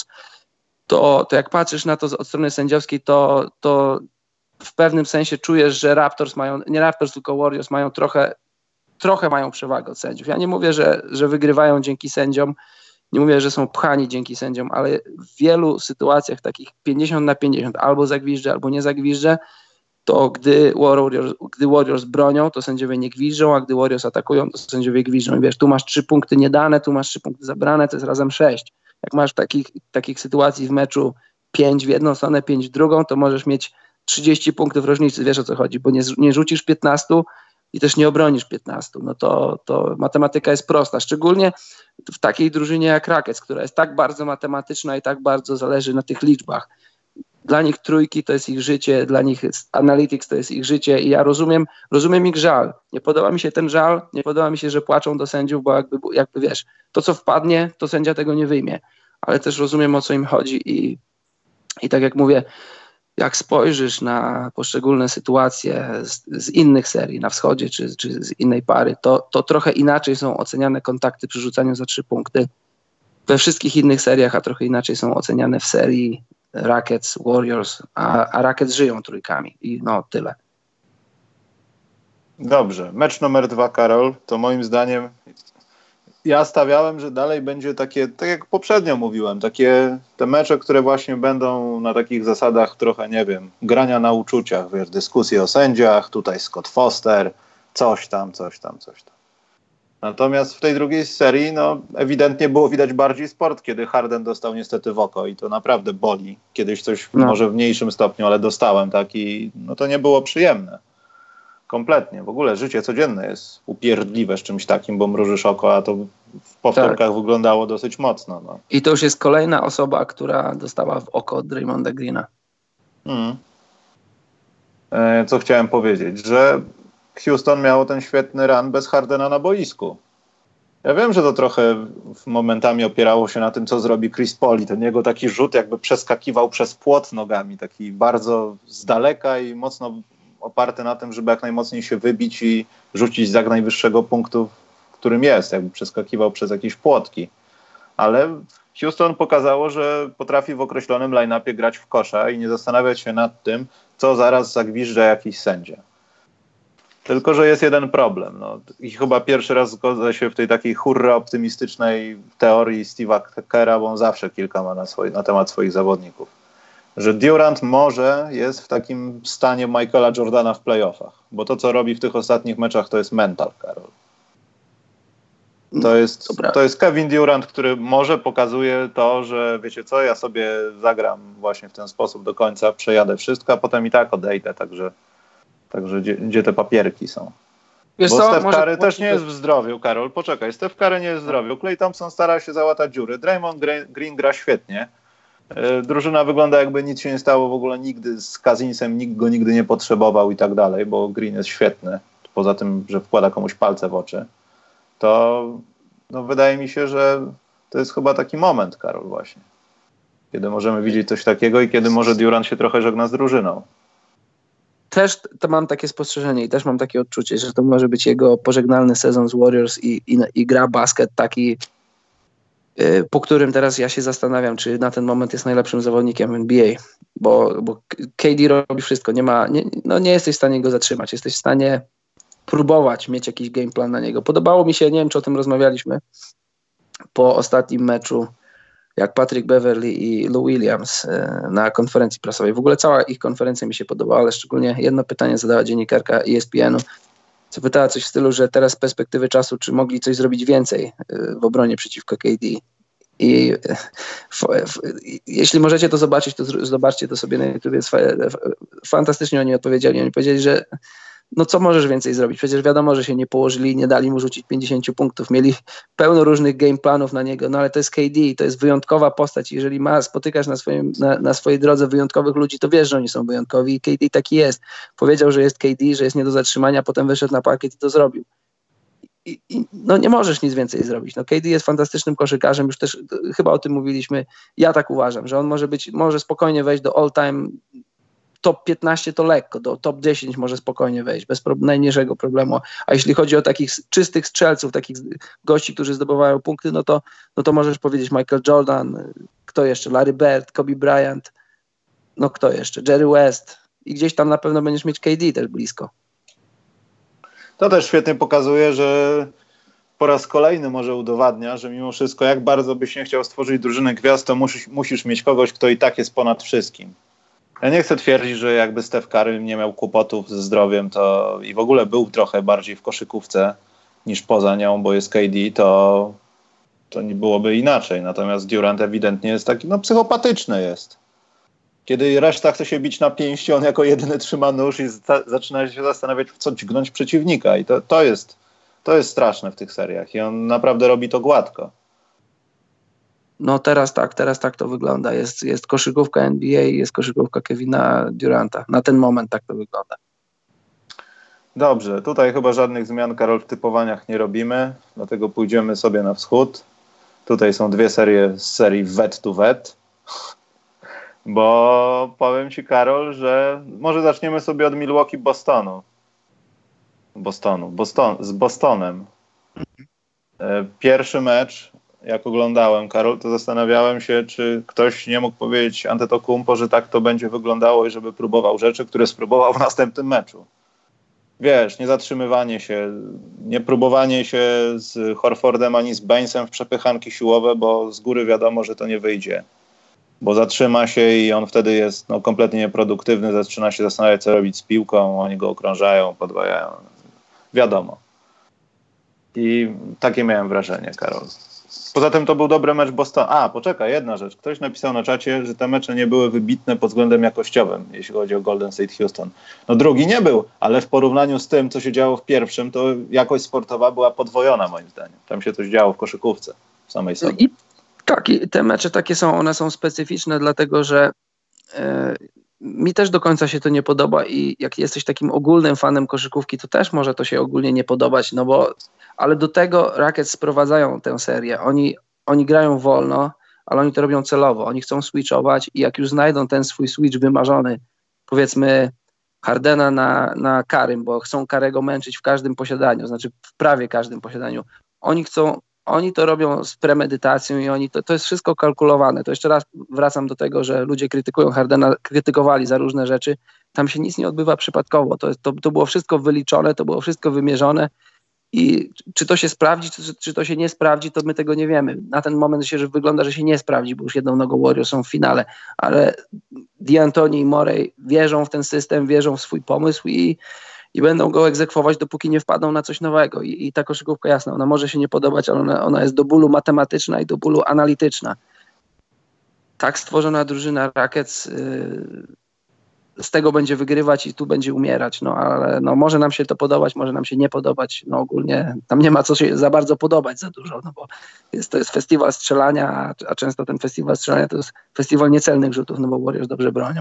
to jak patrzysz na to od strony sędziowskiej, to w pewnym sensie czujesz, że nie Raptors, tylko Warriors mają trochę mają przewagę od sędziów. Ja nie mówię, że wygrywają dzięki sędziom, nie mówię, że są pchani dzięki sędziom, ale w wielu sytuacjach takich 50-50, albo zagwiżdżę, albo nie zagwiżdżę, to gdy Warriors bronią, to sędziowie nie gwiżdżą, a gdy Warriors atakują, to sędziowie gwiżdżą. I wiesz, tu masz 3 punkty niedane, tu masz 3 punkty zabrane, to jest razem 6. Jak masz takich sytuacji w meczu 5 w jedną stronę, 5 w drugą, to możesz mieć 30 punktów różnicy, wiesz o co chodzi, bo nie rzucisz 15 i też nie obronisz 15. No to matematyka jest prosta, szczególnie w takiej drużynie jak Rockets, która jest tak bardzo matematyczna i tak bardzo zależy na tych liczbach. Dla nich trójki to jest ich życie, dla nich analytics to jest ich życie i ja rozumiem ich żal. Nie podoba mi się ten żal, nie podoba mi się, że płaczą do sędziów, bo jakby wiesz, to co wpadnie, to sędzia tego nie wyjmie. Ale też rozumiem, o co im chodzi i tak jak mówię, jak spojrzysz na poszczególne sytuacje z innych serii na wschodzie czy z innej pary, to trochę inaczej są oceniane kontakty przy rzucaniu za 3 punkty we wszystkich innych seriach, a trochę inaczej są oceniane w serii Rockets, Warriors, a Rockets żyją trójkami i no tyle. Dobrze, mecz numer 2, Karol, to moim zdaniem Ja stawiałem, że dalej będzie takie, tak jak poprzednio mówiłem, takie te mecze, które właśnie będą na takich zasadach trochę, nie wiem, grania na uczuciach, wiesz, dyskusje o sędziach, tutaj Scott Foster, coś tam. Natomiast w tej drugiej serii, no, ewidentnie było widać bardziej sport, kiedy Harden dostał niestety w oko i to naprawdę boli. Kiedyś coś może w mniejszym stopniu, ale dostałem taki, no to nie było przyjemne. Kompletnie. W ogóle życie codzienne jest upierdliwe z czymś takim, bo mrużysz oko, a to w powtórkach wyglądało dosyć mocno. No. I to już jest kolejna osoba, która dostała w oko od Draymonda Greena. Co chciałem powiedzieć, że Houston miało ten świetny run bez Hardena na boisku. Ja wiem, że to trochę momentami opierało się na tym, co zrobi Chris Paul i ten jego taki rzut jakby przeskakiwał przez płot nogami, taki bardzo z daleka i mocno oparty na tym, żeby jak najmocniej się wybić i rzucić z jak najwyższego punktu, w którym jest, jakby przeskakiwał przez jakieś płotki. Ale Houston pokazało, że potrafi w określonym line-upie grać w kosza i nie zastanawiać się nad tym, co zaraz zagwiżdża jakiś sędzia. Tylko że jest jeden problem. No. I chyba pierwszy raz zgodzę się w tej takiej hurra optymistycznej teorii Steve'a Kerra, bo on zawsze kilka ma na temat swoich zawodników. Że Durant może jest w takim stanie Michaela Jordana w playoffach. Bo to, co robi w tych ostatnich meczach, to jest mental, Karol. To jest Kevin Durant, który może pokazuje to, że wiecie co, ja sobie zagram właśnie w ten sposób do końca, przejadę wszystko, a potem i tak odejdę, także gdzie te papierki są. Wiesz bo co, Steph Curry też nie jest w zdrowiu, Karol, poczekaj, Steph Curry nie jest w zdrowiu, Klay Thompson stara się załatać dziury, Draymond Green gra świetnie, drużyna wygląda jakby nic się nie stało w ogóle nigdy z Cousinsem, nikt go nigdy nie potrzebował i tak dalej, bo Green jest świetny, poza tym, że wkłada komuś palce w oczy. To no, wydaje mi się, że to jest chyba taki moment, Karol, właśnie. Kiedy możemy widzieć coś takiego i kiedy może Durant się trochę żegna z drużyną. Też to mam takie spostrzeżenie i też mam takie odczucie, że to może być jego pożegnalny sezon z Warriors i gra basket taki, po którym teraz ja się zastanawiam, czy na ten moment jest najlepszym zawodnikiem w NBA, bo KD robi wszystko, nie jesteś w stanie go zatrzymać, jesteś w stanie próbować mieć jakiś game plan na niego. Podobało mi się, nie wiem, czy o tym rozmawialiśmy, po ostatnim meczu, jak Patrick Beverley i Lou Williams na konferencji prasowej. W ogóle cała ich konferencja mi się podobała, ale szczególnie jedno pytanie zadała dziennikarka ESPN-u, co pytała coś w stylu, że teraz z perspektywy czasu, czy mogli coś zrobić więcej w obronie przeciwko KD. I jeśli możecie to zobaczyć, to zobaczcie to sobie na YouTube. Fantastycznie oni odpowiedzieli. Oni powiedzieli, że no co możesz więcej zrobić? Przecież wiadomo, że się nie położyli, nie dali mu rzucić 50 punktów. Mieli pełno różnych game planów na niego, no ale to jest KD, to jest wyjątkowa postać. Jeżeli spotykasz na swojej drodze wyjątkowych ludzi, to wiesz, że oni są wyjątkowi i KD taki jest. Powiedział, że jest KD, że jest nie do zatrzymania, potem wyszedł na parkiet i to zrobił. No nie możesz nic więcej zrobić. No KD jest fantastycznym koszykarzem, już też chyba o tym mówiliśmy. Ja tak uważam, że on może spokojnie wejść do all-time top 15 to lekko, do top 10 może spokojnie wejść, bez najmniejszego problemu. A jeśli chodzi o takich czystych strzelców, takich gości, którzy zdobywają punkty, no to możesz powiedzieć Michael Jordan, kto jeszcze? Larry Bird, Kobe Bryant, no kto jeszcze? Jerry West i gdzieś tam na pewno będziesz mieć KD też blisko. To też świetnie pokazuje, że po raz kolejny może udowadnia, że mimo wszystko, jak bardzo byś nie chciał stworzyć drużyny gwiazd, to musisz mieć kogoś, kto i tak jest ponad wszystkim. Ja nie chcę twierdzić, że jakby Steph Curry nie miał kłopotów ze zdrowiem to i w ogóle był trochę bardziej w koszykówce niż poza nią, bo jest KD, to nie byłoby inaczej. Natomiast Durant ewidentnie jest taki, psychopatyczny jest. Kiedy reszta chce się bić na pięści, on jako jedyny trzyma nóż i zaczyna się zastanawiać, w co dźgnąć przeciwnika. I to jest straszne w tych seriach. I on naprawdę robi to gładko. No teraz tak to wygląda. Jest koszykówka NBA, jest koszykówka Kevina Duranta. Na ten moment tak to wygląda. Dobrze, tutaj chyba żadnych zmian, Karol, w typowaniach nie robimy, dlatego pójdziemy sobie na wschód. Tutaj są dwie serie z serii vet to vet, bo powiem Ci, Karol, że może zaczniemy sobie od Milwaukee z Bostonem. Pierwszy mecz, jak oglądałem, Karol, to zastanawiałem się, czy ktoś nie mógł powiedzieć Antetokounmpo, że tak to będzie wyglądało i żeby próbował rzeczy, które spróbował w następnym meczu. wiesz, nie zatrzymywanie się, nie próbowanie się z Horfordem ani z Bainesem w przepychanki siłowe, bo z góry wiadomo, że to nie wyjdzie. Bo zatrzyma się i on wtedy jest kompletnie nieproduktywny, zaczyna się zastanawiać, co robić z piłką, oni go okrążają, podwajają. Wiadomo. I takie miałem wrażenie, Karol. Poza tym to był dobry mecz Bostonu. Poczekaj, jedna rzecz. Ktoś napisał na czacie, że te mecze nie były wybitne pod względem jakościowym, jeśli chodzi o Golden State Houston. No drugi nie był, ale w porównaniu z tym, co się działo w pierwszym, to jakość sportowa była podwojona moim zdaniem. Tam się coś działo w koszykówce w samej sobie. I tak, i te mecze takie są, one są specyficzne, dlatego że mi też do końca się to nie podoba i jak jesteś takim ogólnym fanem koszykówki, to też może to się ogólnie nie podobać, ale do tego Rockets sprowadzają tę serię. Oni grają wolno, ale oni to robią celowo. Oni chcą switchować i jak już znajdą ten swój switch wymarzony, powiedzmy Hardena na Karym, bo chcą Karego męczyć w każdym posiadaniu, znaczy w prawie każdym posiadaniu. Oni to robią z premedytacją i to jest wszystko kalkulowane. To jeszcze raz wracam do tego, że ludzie krytykują Hardena, krytykowali za różne rzeczy. Tam się nic nie odbywa przypadkowo. To było wszystko wyliczone, to było wszystko wymierzone i czy to się sprawdzi, czy to się nie sprawdzi, to my tego nie wiemy. Na ten moment wygląda, że się nie sprawdzi, bo już jedną nogą Warriors są w finale, ale D'Antoni i Morey wierzą w ten system, wierzą w swój pomysł i będą go egzekwować, dopóki nie wpadną na coś nowego. I ta koszykówka, jasna, ona może się nie podobać, ale ona jest do bólu matematyczna i do bólu analityczna. Tak stworzona drużyna Rockets z tego będzie wygrywać i tu będzie umierać. Ale może nam się to podobać, może nam się nie podobać. Ogólnie tam nie ma co się za bardzo podobać za dużo, bo to jest festiwal strzelania, a często ten festiwal strzelania to jest festiwal niecelnych rzutów, bo Warriors dobrze bronią.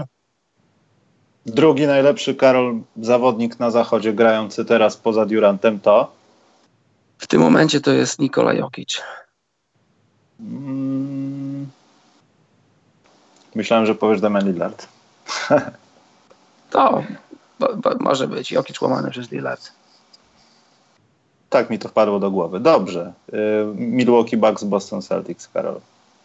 Drugi najlepszy, Karol, zawodnik na zachodzie grający teraz poza Durantem to? W tym momencie to jest Nikola Jokic. Myślałem, że powiesz Damian Lillard. To może być Jokic łamany przez Lillard. Tak mi to wpadło do głowy. Dobrze. Milwaukee Bucks, Boston Celtics, Karol.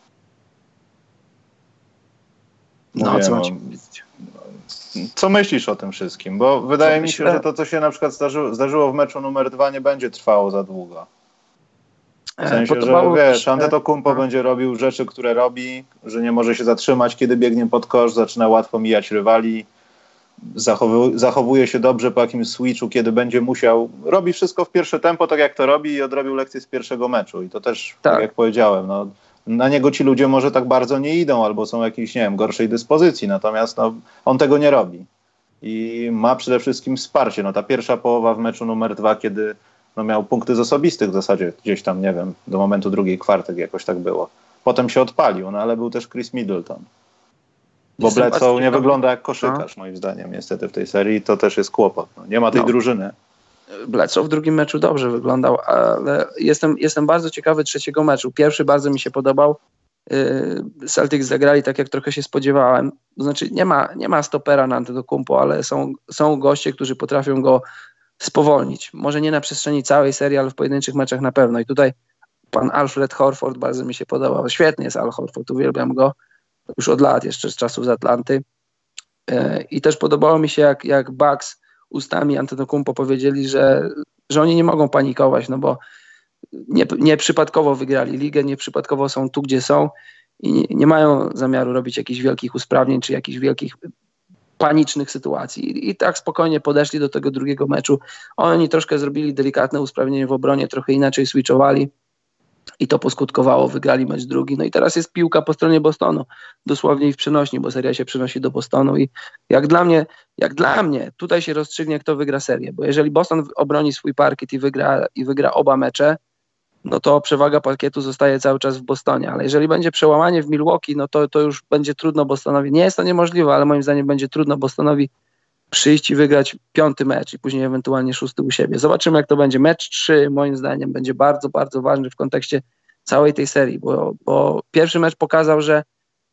Co macie powiedzieć? Co myślisz o tym wszystkim? Bo wydaje mi się, że to, co się na przykład zdarzyło w meczu numer 2, nie będzie trwało za długo. W sensie, że wiesz, Antetokounmpo będzie robił rzeczy, które robi, że nie może się zatrzymać, kiedy biegnie pod kosz, zaczyna łatwo mijać rywali, zachowuje się dobrze po jakimś switchu, kiedy będzie musiał. Robi wszystko w pierwsze tempo, tak jak to robi i odrobił lekcję z pierwszego meczu. I to też, tak jak powiedziałem, na niego ci ludzie może tak bardzo nie idą albo są jakiejś, gorszej dyspozycji, natomiast on tego nie robi. I ma przede wszystkim wsparcie. Ta pierwsza połowa w meczu numer 2, kiedy miał punkty z osobistych w zasadzie gdzieś tam, nie wiem, do momentu drugiej kwarty jakoś tak było. Potem się odpalił, ale był też Chris Middleton. Bo Bledsoe nie wygląda jak koszykarz, moim zdaniem, niestety w tej serii. To też jest kłopot. Nie ma tej drużyny. Bledsoe w drugim meczu dobrze wyglądał, ale jestem bardzo ciekawy trzeciego meczu. Pierwszy bardzo mi się podobał. Celtics zagrali tak, jak trochę się spodziewałem. To znaczy nie ma stopera na Antetokounmpo, ale są goście, którzy potrafią go spowolnić. Może nie na przestrzeni całej serii, ale w pojedynczych meczach na pewno. I tutaj pan Alfred Horford bardzo mi się podobał. Świetnie jest Al Horford, uwielbiam go. Już od lat, jeszcze z czasów z Atlanty. I też podobało mi się, jak Bucks ustami Antetokounmpo powiedzieli, że oni nie mogą panikować, bo nie przypadkowo wygrali ligę, nie przypadkowo są tu, gdzie są i nie mają zamiaru robić jakichś wielkich usprawnień czy jakichś wielkich panicznych sytuacji. I tak spokojnie podeszli do tego drugiego meczu. Oni troszkę zrobili delikatne usprawnienie w obronie, trochę inaczej switchowali i to poskutkowało, wygrali mecz drugi. I teraz jest piłka po stronie Bostonu, dosłownie i w przenośni, bo seria się przenosi do Bostonu i jak dla mnie tutaj się rozstrzygnie, kto wygra serię, bo jeżeli Boston obroni swój parkiet i wygra oba mecze, to przewaga parkietu zostaje cały czas w Bostonie, ale jeżeli będzie przełamanie w Milwaukee, to już będzie trudno Bostonowi, nie jest to niemożliwe, ale moim zdaniem będzie trudno Bostonowi przyjść i wygrać 5. mecz i później ewentualnie 6. u siebie. Zobaczymy, jak to będzie. Mecz 3 moim zdaniem będzie bardzo, bardzo ważny w kontekście całej tej serii, bo pierwszy mecz pokazał, że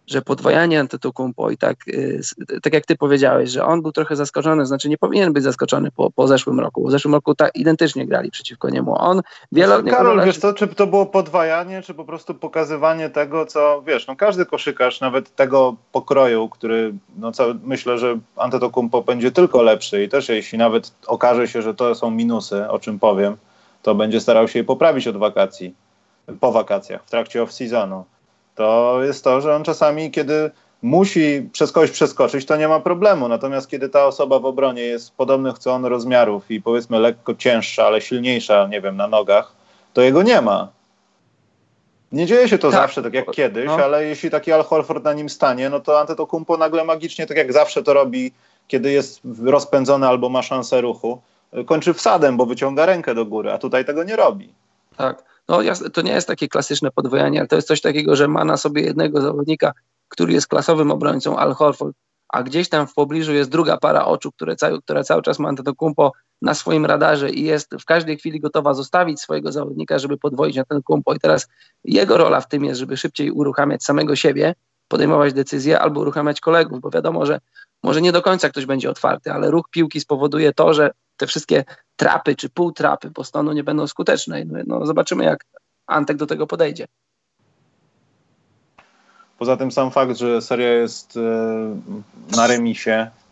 że podwajanie Antetokounmpo i tak jak ty powiedziałeś, że on był trochę zaskoczony, znaczy nie powinien być zaskoczony po zeszłym roku. W zeszłym roku identycznie grali przeciwko niemu. On wiele od niego Karol, zależy. wiesz co, czy to było podwajanie, czy po prostu pokazywanie tego, co, wiesz, no każdy koszykarz, nawet tego pokroju, który, no co, myślę, że Antetokounmpo będzie tylko lepszy i też jeśli nawet okaże się, że to są minusy, o czym powiem, to będzie starał się je poprawić po wakacjach, w trakcie off-seasonu. To jest to, że on czasami, kiedy musi przez kogoś przeskoczyć, to nie ma problemu. Natomiast kiedy ta osoba w obronie jest podobnych co on rozmiarów i powiedzmy lekko cięższa, ale silniejsza, nie wiem, na nogach, to jego nie ma. Nie dzieje się to zawsze tak jak kiedyś, ale jeśli taki Al Horford na nim stanie, no to Antetokounmpo nagle magicznie, tak jak zawsze to robi, kiedy jest rozpędzony albo ma szansę ruchu, kończy wsadem, bo wyciąga rękę do góry, a tutaj tego nie robi. Tak. No to nie jest takie klasyczne podwojenie, ale to jest coś takiego, że ma na sobie jednego zawodnika, który jest klasowym obrońcą, Al Horford, a gdzieś tam w pobliżu jest druga para oczu, która cały czas ma Antetokounmpo na swoim radarze i jest w każdej chwili gotowa zostawić swojego zawodnika, żeby podwoić Antetokounmpo. I teraz jego rola w tym jest, żeby szybciej uruchamiać samego siebie, podejmować decyzje albo uruchamiać kolegów, bo wiadomo, że może nie do końca ktoś będzie otwarty, ale ruch piłki spowoduje to, że te wszystkie trapy czy półtrapy Bostonu nie będą skuteczne. No, zobaczymy, jak Antek do tego podejdzie. Poza tym sam fakt, że seria jest na remisie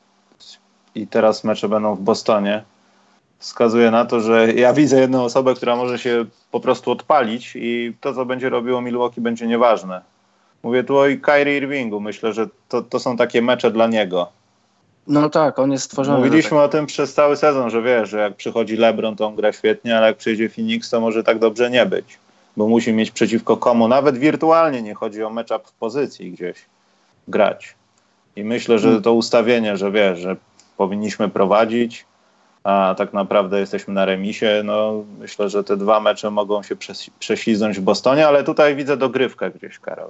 i teraz mecze będą w Bostonie, wskazuje na to, że ja widzę jedną osobę, która może się po prostu odpalić i to, co będzie robiło Milwaukee, będzie nieważne. Mówię tu o Kyrie Irvingu. Myślę, że to są takie mecze dla niego. No tak, on jest stworzony. Mówiliśmy o tym przez cały sezon, że wiesz, że jak przychodzi LeBron, to on gra świetnie, ale jak przyjdzie Phoenix, to może tak dobrze nie być. Bo musi mieć przeciwko komu, nawet wirtualnie, nie chodzi o matchup w pozycji gdzieś, grać. I myślę, że to ustawienie, że wiesz, że powinniśmy prowadzić, a tak naprawdę jesteśmy na remisie, no myślę, że te dwa mecze mogą się prześliznąć w Bostonie, ale tutaj widzę dogrywkę gdzieś, Karol.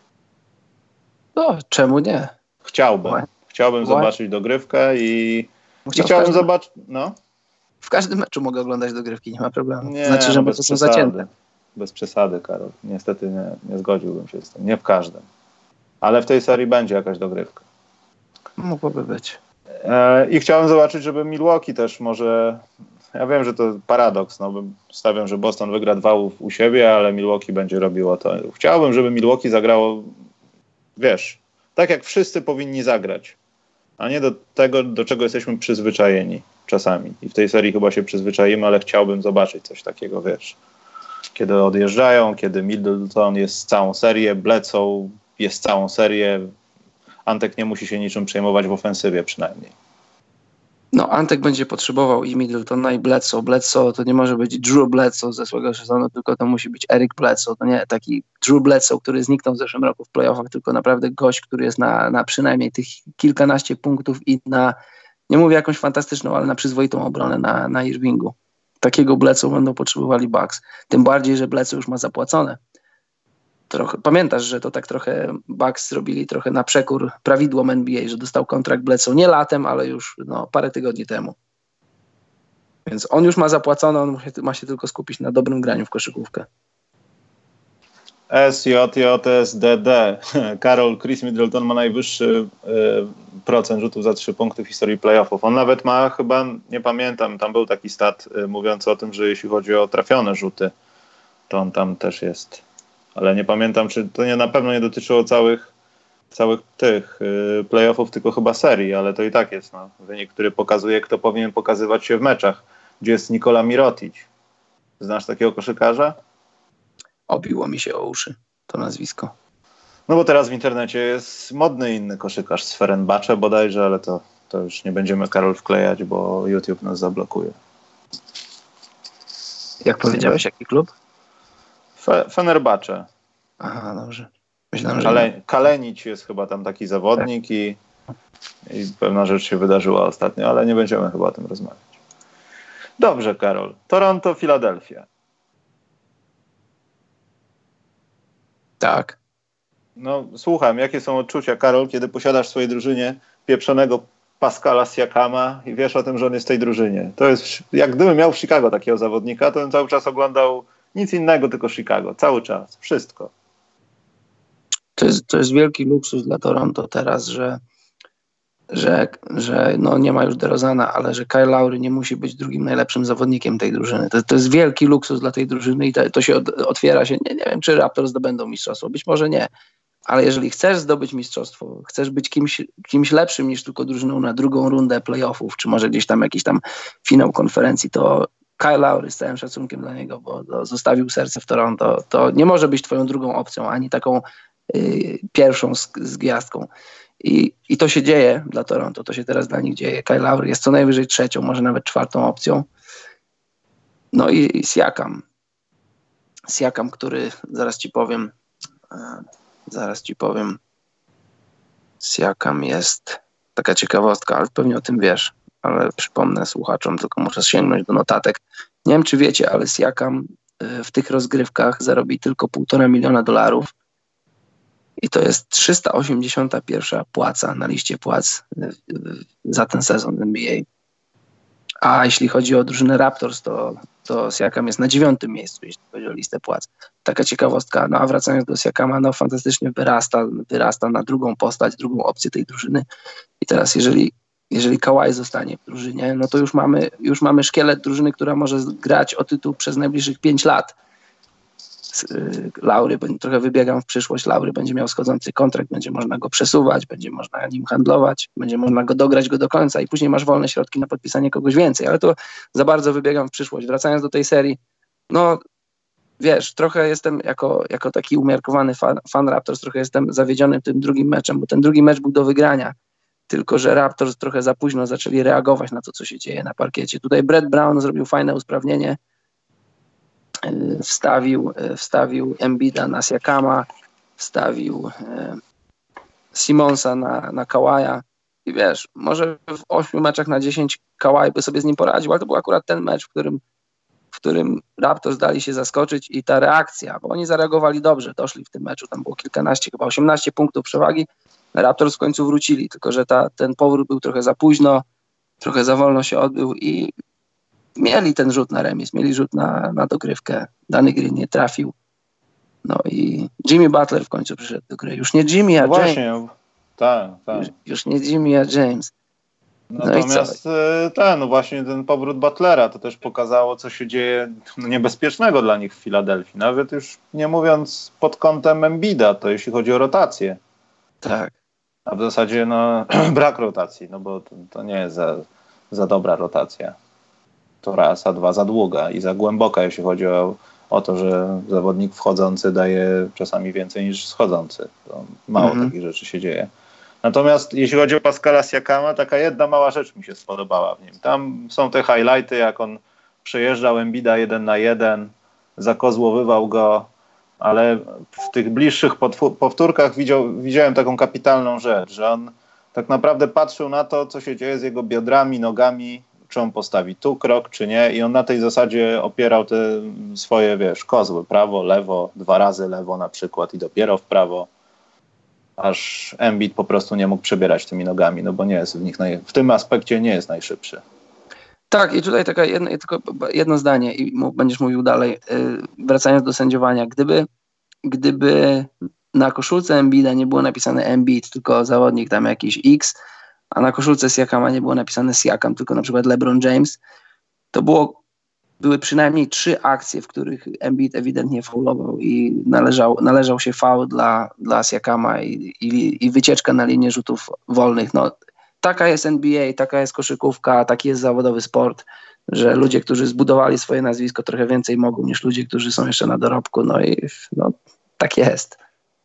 No, czemu nie? Chciałbym zobaczyć dogrywkę i chciałbym zobaczyć, no. W każdym meczu mogę oglądać dogrywki, nie ma problemu. Nie, znaczy, że bez to są przesady. zacięte. Bez przesady, Karol. Niestety nie zgodziłbym się z tym. Nie w każdym. Ale w tej serii będzie jakaś dogrywka. Mogłoby być. I chciałem zobaczyć, żeby Milwaukee też może... Ja wiem, że to paradoks. No, stawiam, że Boston wygra 2 u siebie, ale Milwaukee będzie robiło to. Chciałbym, żeby Milwaukee zagrało, wiesz, tak jak wszyscy powinni zagrać, a nie do tego, do czego jesteśmy przyzwyczajeni czasami. I w tej serii chyba się przyzwyczaimy, ale chciałbym zobaczyć coś takiego, wiesz. Kiedy odjeżdżają, kiedy Middleton jest całą serię, Bledsoe jest całą serię, Antek nie musi się niczym przejmować w ofensywie przynajmniej. No, Antek będzie potrzebował i Middletona, i Bledsoe. Bledsoe to nie może być Drew Bledsoe z zeszłego sezonu, tylko to musi być Eric Bledsoe. To nie taki Drew Bledsoe, który zniknął w zeszłym roku w playoffach, tylko naprawdę gość, który jest na przynajmniej tych kilkanaście punktów i na, nie mówię jakąś fantastyczną, ale na przyzwoitą obronę na Irvingu. Takiego Bledsoe będą potrzebowali Bucks. Tym bardziej, że Bledsoe już ma zapłacone. Pamiętasz, że to tak trochę Bucks zrobili trochę na przekór prawidłom NBA, że dostał kontrakt Bledsoe nie latem, ale już parę tygodni temu. Więc on już ma zapłacone, on ma się tylko skupić na dobrym graniu w koszykówkę. SJJSDD. Karol, Chris Middleton ma najwyższy procent rzutów za 3 punkty w historii playoffów. On nawet ma chyba, nie pamiętam, tam był taki stat mówiący o tym, że jeśli chodzi o trafione rzuty, to on tam też jest. Ale nie pamiętam, czy to na pewno nie dotyczyło całych tych playoffów, tylko chyba serii, ale to i tak jest wynik, który pokazuje, kto powinien pokazywać się w meczach. Gdzie jest Nikola Mirotic? Znasz takiego koszykarza? Obiło mi się o uszy to nazwisko. No bo teraz w internecie jest modny inny koszykarz z Fenerbahce bodajże, ale to już nie będziemy, Karol, wklejać, bo YouTube nas zablokuje. Jak powiedziałeś, jaki klub? Fenerbahce. Aha, dobrze. Myślałem, że Kalenic jest chyba tam taki zawodnik i pewna rzecz się wydarzyła ostatnio, ale nie będziemy chyba o tym rozmawiać. Dobrze, Karol. Toronto, Filadelfia. Tak. No słucham, jakie są odczucia, Karol, kiedy posiadasz w swojej drużynie pieprzonego Pascala Siakama i wiesz o tym, że on jest w tej drużynie. To jest, jak gdybym miał w Chicago takiego zawodnika, to bym cały czas oglądał nic innego, tylko Chicago. Cały czas. Wszystko. To jest wielki luksus dla Toronto teraz, że no nie ma już DeRozana, ale że Kyle Lowry nie musi być drugim najlepszym zawodnikiem tej drużyny. To jest wielki luksus dla tej drużyny i to się otwiera się. Nie wiem, czy Raptors zdobędą mistrzostwo. Być może nie. Ale jeżeli chcesz zdobyć mistrzostwo, chcesz być kimś lepszym niż tylko drużyną na drugą rundę playoffów, czy może gdzieś tam jakiś tam finał konferencji, to Kyle Lowry, z całym szacunkiem dla niego, bo zostawił serce w Toronto, to nie może być twoją drugą opcją, ani taką pierwszą z gwiazdką. I to się dzieje dla Toronto, to się teraz dla nich dzieje. Kyle Lowry jest co najwyżej trzecią, może nawet czwartą opcją. No i Siakam, który zaraz ci powiem, Siakam jest taka ciekawostka, ale pewnie o tym wiesz, ale przypomnę słuchaczom, tylko muszę sięgnąć do notatek. Nie wiem, czy wiecie, ale Siakam w tych rozgrywkach zarobi tylko $1,5 miliona i to jest 381 płaca na liście płac za ten sezon NBA. A jeśli chodzi o drużynę Raptors, to Siakam jest na 9. miejscu, jeśli chodzi o listę płac. Taka ciekawostka. No a wracając do Siakama, no fantastycznie wyrasta na drugą postać, drugą opcję tej drużyny. I teraz jeżeli Kawhi zostanie w drużynie, no to już mamy szkielet drużyny, która może grać o tytuł przez najbliższych 5 lat. Lowry, trochę wybiegam w przyszłość, Lowry będzie miał schodzący kontrakt, będzie można go przesuwać, będzie można nim handlować, będzie można go dograć do końca i później masz wolne środki na podpisanie kogoś więcej, ale to za bardzo wybiegam w przyszłość. Wracając do tej serii, no wiesz, trochę jestem jako taki umiarkowany fan Raptors, trochę jestem zawiedziony tym drugim meczem, bo ten drugi mecz był do wygrania, tylko że Raptors trochę za późno zaczęli reagować na to, co się dzieje na parkiecie. Tutaj Brett Brown zrobił fajne usprawnienie, wstawił Embida na Siakama, wstawił Simonsa na Kawaja i wiesz, może w 8 meczach na 10 Kawhi by sobie z nim poradził, ale to był akurat ten mecz, w którym Raptors dali się zaskoczyć i ta reakcja, bo oni zareagowali dobrze, doszli w tym meczu, tam było kilkanaście, chyba 18 punktów przewagi, Raptors w końcu wrócili, tylko że ten powrót był trochę za późno, trochę za wolno się odbył i mieli ten rzut na remis, mieli rzut na dogrywkę. Danny Green nie trafił. No i Jimmy Butler w końcu przyszedł do gry. Już nie Jimmy, a właśnie, James. tak. Już nie Jimmy, a James. Natomiast no właśnie ten powrót Butlera to też pokazało, co się dzieje niebezpiecznego dla nich w Filadelfii. Nawet już nie mówiąc pod kątem Embida, to jeśli chodzi o rotację. Tak. A w zasadzie brak rotacji, no bo to nie jest za dobra rotacja. To raz, a dwa za długa i za głęboka, jeśli chodzi o to, że zawodnik wchodzący daje czasami więcej niż schodzący. To mało takich rzeczy się dzieje. Natomiast jeśli chodzi o Pascala Siakama, taka jedna mała rzecz mi się spodobała w nim. Tam są te highlighty, jak on przejeżdżał Embida 1 na 1, zakozłowywał go, ale w tych bliższych powtórkach widziałem taką kapitalną rzecz, że on tak naprawdę patrzył na to, co się dzieje z jego biodrami, nogami, czy on postawi tu krok, czy nie, i on na tej zasadzie opierał te swoje, kozły, prawo, lewo, 2 razy lewo na przykład i dopiero w prawo, aż Embiid po prostu nie mógł przebierać tymi nogami, no bo nie jest w tym aspekcie nie jest najszybszy. Tak, i tutaj tylko jedno zdanie i będziesz mówił dalej, wracając do sędziowania. Gdyby na koszulce Embida nie było napisane Embiid, tylko zawodnik tam jakiś X, a na koszulce Siakama nie było napisane Siakam, tylko na przykład LeBron James, to były przynajmniej 3 akcje, w których Embiid ewidentnie faulował i należał się faul dla Siakama i wycieczka na linię rzutów wolnych. No, taka jest NBA, taka jest koszykówka, taki jest zawodowy sport, że ludzie, którzy zbudowali swoje nazwisko, trochę więcej mogą niż ludzie, którzy są jeszcze na dorobku. No i tak jest.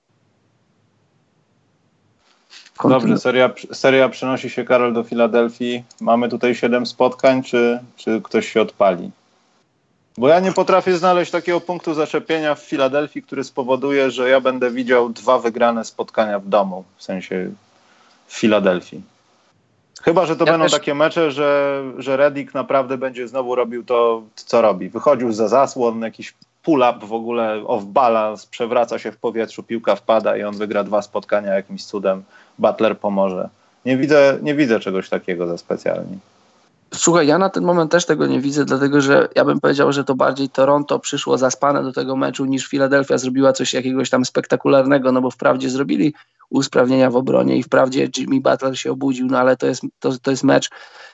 Dobrze, seria przenosi się, Karol, do Filadelfii. Mamy tutaj 7 spotkań, czy ktoś się odpali? Bo ja nie potrafię znaleźć takiego punktu zaczepienia w Filadelfii, który spowoduje, że ja będę widział 2 wygrane spotkania w domu, w sensie w Filadelfii. Chyba że to będą takie mecze, że Redick naprawdę będzie znowu robił to, co robi. Wychodził za zasłon, jakiś pull-up w ogóle, off balance, przewraca się w powietrzu, piłka wpada i on wygra 2 spotkania jakimś cudem. Butler pomoże. Nie widzę czegoś takiego za specjalnie. Słuchaj, ja na ten moment też tego nie widzę, dlatego że ja bym powiedział, że to bardziej Toronto przyszło zaspane do tego meczu niż Philadelphia zrobiła coś jakiegoś tam spektakularnego, no bo wprawdzie zrobili usprawnienia w obronie i wprawdzie Jimmy Butler się obudził, no ale to jest mecz,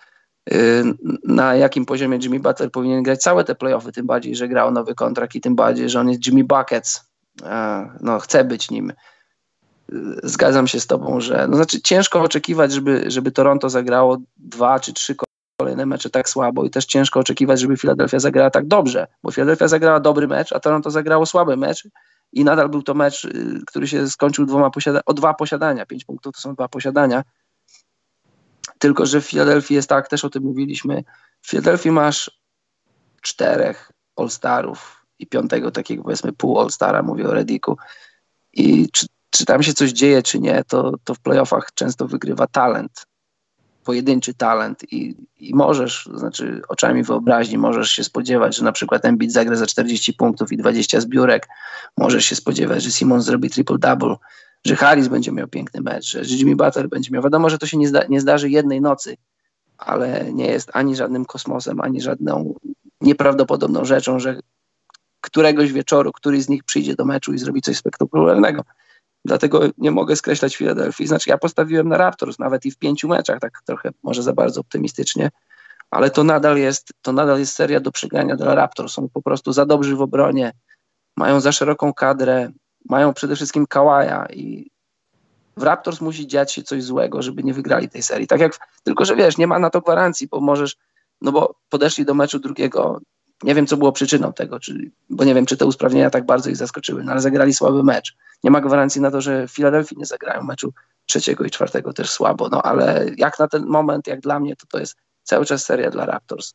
na jakim poziomie Jimmy Butler powinien grać całe te playoffy, tym bardziej, że grał nowy kontrakt i tym bardziej, że on jest Jimmy Buckets, no chce być nim. Zgadzam się z tobą, że no znaczy ciężko oczekiwać, żeby Toronto zagrało 2 czy 3 kolejne mecze tak słabo i też ciężko oczekiwać, żeby Philadelphia zagrała tak dobrze, bo Philadelphia zagrała dobry mecz, a Toronto zagrało słaby mecz i nadal był to mecz, który się skończył 2 posiadania. 5 punktów to są 2 posiadania. Tylko że w Filadelfii jest tak, też o tym mówiliśmy, w Filadelfii masz 4 All-Starów i 5 takiego powiedzmy pół All-Stara, mówię o Redicku. I czy tam się coś dzieje, czy nie, to w playoffach często wygrywa talent, pojedynczy talent i możesz, znaczy oczami wyobraźni możesz się spodziewać, że na przykład Embiid zagra za 40 punktów i 20 zbiórek, możesz się spodziewać, że Simmons zrobi triple-double, że Harris będzie miał piękny mecz, że Jimmy Butler będzie miał. Wiadomo, że to się nie zdarzy jednej nocy, ale nie jest ani żadnym kosmosem, ani żadną nieprawdopodobną rzeczą, że któregoś wieczoru któryś z nich przyjdzie do meczu i zrobi coś spektakularnego. Dlatego nie mogę skreślać Filadelfii. Znaczy ja postawiłem na Raptors nawet i w 5 meczach, tak trochę może za bardzo optymistycznie, ale to nadal jest seria do przegrania dla Raptors. Są po prostu za dobrzy w obronie, mają za szeroką kadrę, mają przede wszystkim Kawaja i w Raptors musi dziać się coś złego, żeby nie wygrali tej serii. Tak jak, tylko że wiesz, nie ma na to gwarancji, bo możesz, no bo podeszli do meczu drugiego, nie wiem co było przyczyną tego, bo nie wiem czy te usprawnienia tak bardzo ich zaskoczyły, no ale zagrali słaby mecz. Nie ma gwarancji na to, że w Filadelfii nie zagrają meczu 3. i 4 też słabo, no ale jak na ten moment, jak dla mnie, to jest cały czas seria dla Raptors.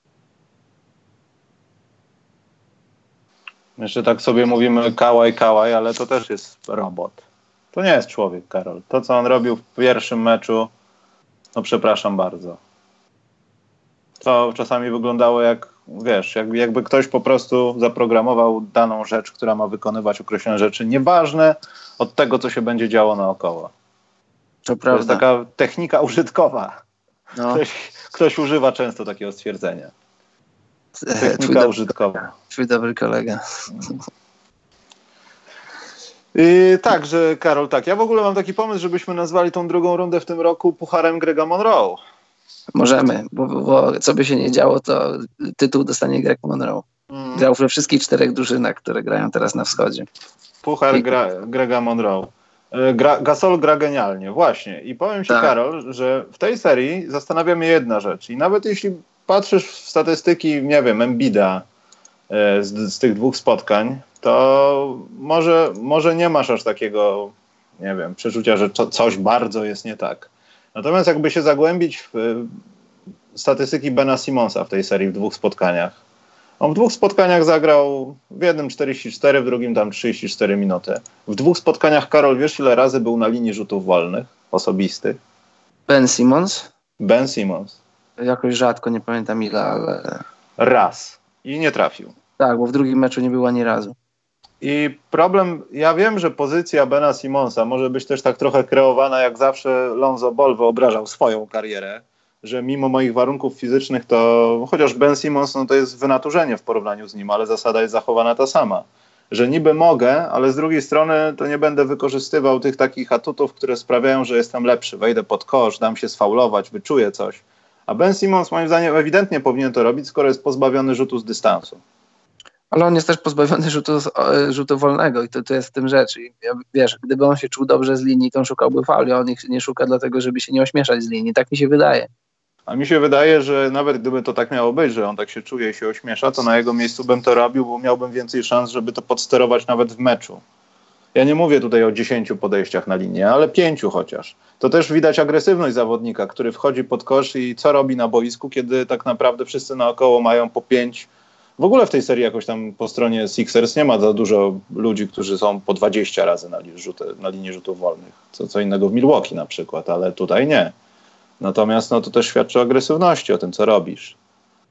Jeszcze tak sobie mówimy Kawhi, ale to też jest robot. To nie jest człowiek, Karol. To, co on robił w pierwszym meczu, no przepraszam bardzo. To czasami wyglądało jak, wiesz, jakby ktoś po prostu zaprogramował daną rzecz, która ma wykonywać określone rzeczy, nieważne od tego, co się będzie działo naokoło. To prawda. jest taka technika użytkowa. No. Ktoś używa często takiego stwierdzenia. Technika użytkowa. Twój dobry kolega. Tak, że Karol, tak. Ja w ogóle mam taki pomysł, żebyśmy nazwali tą drugą rundę w tym roku Pucharem Grega Monroe. Możemy, bo co by się nie działo, to tytuł dostanie Greg Monroe. Grał we wszystkich 4 drużynach, które grają teraz na wschodzie. Puchar Grega Monroe. Gasol gra genialnie, właśnie. I powiem ci, tak, Karol, że w tej serii zastanawia mnie jedna rzecz. I nawet jeśli patrzysz w statystyki, nie wiem, Embida z tych 2 spotkań, to może nie masz aż takiego, nie wiem, przeczucia, że coś bardzo jest nie tak. Natomiast jakby się zagłębić w statystyki Bena Simmonsa w tej serii w 2 spotkaniach. On w 2 spotkaniach zagrał w jednym 44, w drugim tam 34 minuty. W 2 spotkaniach, Karol, wiesz ile razy był na linii rzutów wolnych, osobistych? Ben Simmons? Ben Simmons. Jakoś rzadko, nie pamiętam ile, ale... Raz. I nie trafił. Tak, bo w drugim meczu nie było ani razu. I problem, ja wiem, że pozycja Bena Simmonsa może być też tak trochę kreowana, jak zawsze Lonzo Ball wyobrażał swoją karierę, że mimo moich warunków fizycznych to, chociaż Ben Simmons, no to jest wynaturzenie w porównaniu z nim, ale zasada jest zachowana ta sama. Że niby mogę, ale z drugiej strony to nie będę wykorzystywał tych takich atutów, które sprawiają, że jestem lepszy. Wejdę pod kosz, dam się sfaulować, wyczuję coś. A Ben Simmons moim zdaniem ewidentnie powinien to robić, skoro jest pozbawiony rzutu z dystansu. Ale on jest też pozbawiony rzutu wolnego i to jest w tym rzecz. I wiesz, gdyby on się czuł dobrze z linii, to on szukałby fauli, a on ich nie szuka dlatego, żeby się nie ośmieszać z linii. Tak mi się wydaje. A mi się wydaje, że nawet gdyby to tak miało być, że on tak się czuje i się ośmiesza, to na jego miejscu bym to robił, bo miałbym więcej szans, żeby to podsterować nawet w meczu. Ja nie mówię tutaj o 10 podejściach na linię, ale 5 chociaż. To też widać agresywność zawodnika, który wchodzi pod kosz i co robi na boisku, kiedy tak naprawdę wszyscy naokoło mają po 5. W ogóle w tej serii jakoś tam po stronie Sixers nie ma za dużo ludzi, którzy są po 20 razy na linii rzutów wolnych. Co innego w Milwaukee na przykład, ale tutaj nie. Natomiast no, to też świadczy o agresywności, o tym, co robisz.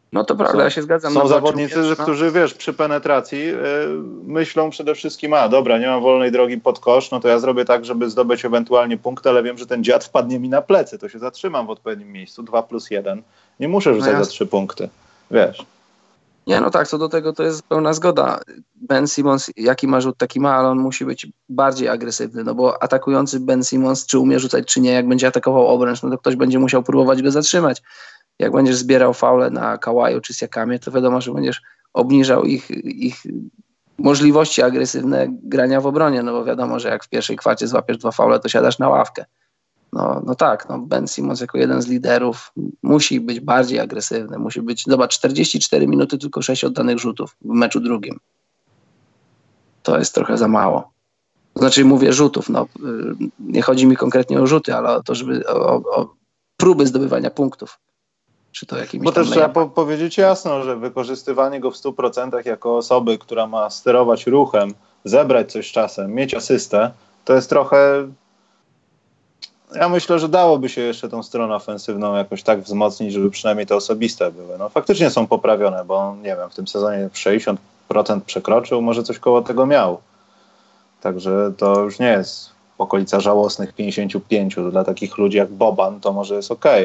No to prawda, ja się zgadzam. Są zawodnicy, którzy wiesz, przy penetracji myślą przede wszystkim, dobra, nie mam wolnej drogi pod kosz, no to ja zrobię tak, żeby zdobyć ewentualnie punkt, ale wiem, że ten dziad wpadnie mi na plecy, to się zatrzymam w odpowiednim miejscu, 2+1. Nie muszę rzucać za 3 punkty, wiesz. Nie, no tak, co do tego to jest pełna zgoda. Ben Simmons, jaki ma rzut, taki ma, ale on musi być bardziej agresywny, no bo atakujący Ben Simmons, czy umie rzucać, czy nie, jak będzie atakował obręcz, no to ktoś będzie musiał próbować go zatrzymać. Jak będziesz zbierał faule na Kałaju czy Siakamie, to wiadomo, że będziesz obniżał ich możliwości agresywne grania w obronie, no bo wiadomo, że jak w pierwszej kwarcie złapiesz 2 faule, to siadasz na ławkę. No tak, Ben Simmons jako jeden z liderów musi być bardziej agresywny, musi być, zobacz, 44 minuty, tylko 6 oddanych rzutów w meczu drugim. To jest trochę za mało. Znaczy mówię rzutów, nie chodzi mi konkretnie o rzuty, ale o to, żeby o próby zdobywania punktów. Czy to jakimiś Bo też trzeba powiedzieć jasno, że wykorzystywanie go w 100% jako osoby, która ma sterować ruchem, zebrać coś czasem, mieć asystę, to jest trochę... Ja myślę, że dałoby się jeszcze tą stronę ofensywną jakoś tak wzmocnić, żeby przynajmniej te osobiste były. No faktycznie są poprawione, bo nie wiem, w tym sezonie 60% przekroczył, może coś koło tego miał. Także to już nie jest okolica żałosnych 55. Dla takich ludzi jak Boban to może jest okej,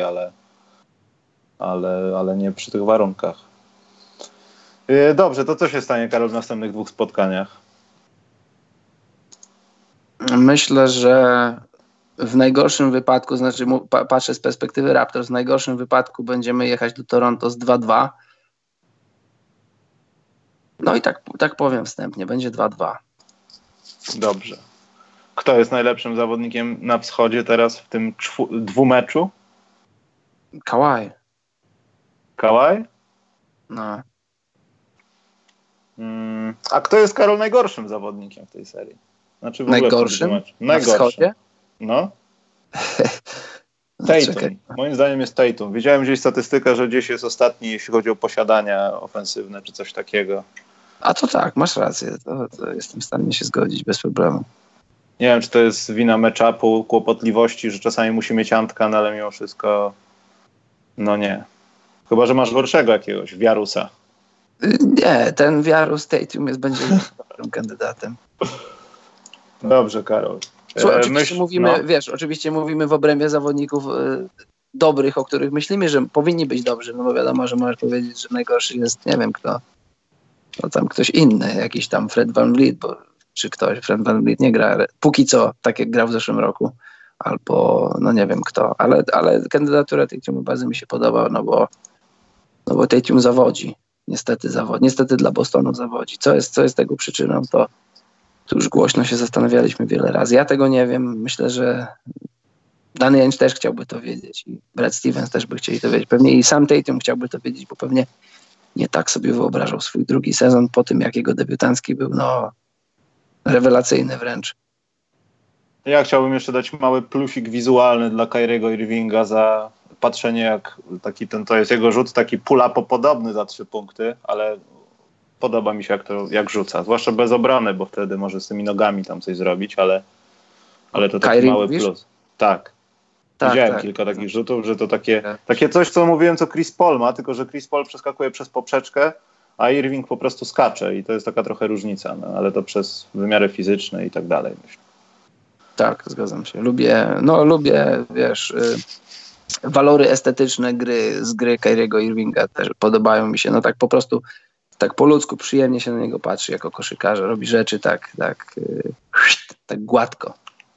ale nie przy tych warunkach. Dobrze, to co się stanie, Karol, w następnych 2 spotkaniach? Myślę, że w najgorszym wypadku, znaczy patrzę z perspektywy Raptors, w najgorszym wypadku będziemy jechać do Toronto z 2-2. No i tak powiem wstępnie, będzie 2-2. Dobrze. Kto jest najlepszym zawodnikiem na wschodzie teraz w tym 2-meczu? Kawhi. Kawhi? No. A kto jest, Karol, najgorszym zawodnikiem w tej serii? Znaczy w ogóle najgorszym? Na wschodzie? No. Tatum. Czekaj. Moim zdaniem jest Tatum. Widziałem gdzieś statystykę, że gdzieś jest ostatni, jeśli chodzi o posiadania ofensywne, czy coś takiego. A to tak, masz rację. To jestem w stanie się zgodzić bez problemu. Nie wiem, czy to jest wina match-upu, kłopotliwości, że czasami musi mieć Antkan, ale mimo wszystko no nie. Chyba że masz gorszego jakiegoś, Wiarusa. Nie, ten Wiarus Tatum będzie dobrym kandydatem. Dobrze, Karol. Słuchaj, oczywiście mówimy w obrębie zawodników dobrych, o których myślimy, że powinni być dobrzy, no bo wiadomo, że możesz powiedzieć, że najgorszy jest, nie wiem kto, no tam ktoś inny, jakiś tam Fred VanVleet, Fred VanVleet nie gra, póki co, tak jak grał w zeszłym roku, albo no nie wiem kto, ale kandydatura Tatum bardzo mi się podoba, no bo Tatum zawodzi, niestety dla Bostonu zawodzi. Co jest tego przyczyną, to już głośno się zastanawialiśmy wiele razy. Ja tego nie wiem. Myślę, że Danny Ainge też chciałby to wiedzieć i Brad Stevens też by chcieli to wiedzieć. Pewnie i sam Tatum chciałby to wiedzieć, bo pewnie nie tak sobie wyobrażał swój drugi sezon po tym, jak jego debiutancki był rewelacyjny wręcz. Ja chciałbym jeszcze dać mały plusik wizualny dla Kyriego Irvinga za patrzenie, jak to jest jego rzut, taki pull-up-podobny za 3 punkty, ale podoba mi się, jak rzuca. Zwłaszcza bez obrony, bo wtedy może z tymi nogami tam coś zrobić, ale to taki mały plus. Tak. Widziałem kilka takich rzutów, że to takie coś, co mówiłem, co Chris Paul ma, tylko że Chris Paul przeskakuje przez poprzeczkę, a Irving po prostu skacze i to jest taka trochę różnica, ale to przez wymiary fizyczne i tak dalej, myślę. Tak, zgadzam się. Lubię, wiesz, walory estetyczne z gry Kyriego Irvinga też podobają mi się. No tak po prostu, tak po ludzku przyjemnie się na niego patrzy jako koszykarza. Robi rzeczy tak gładko.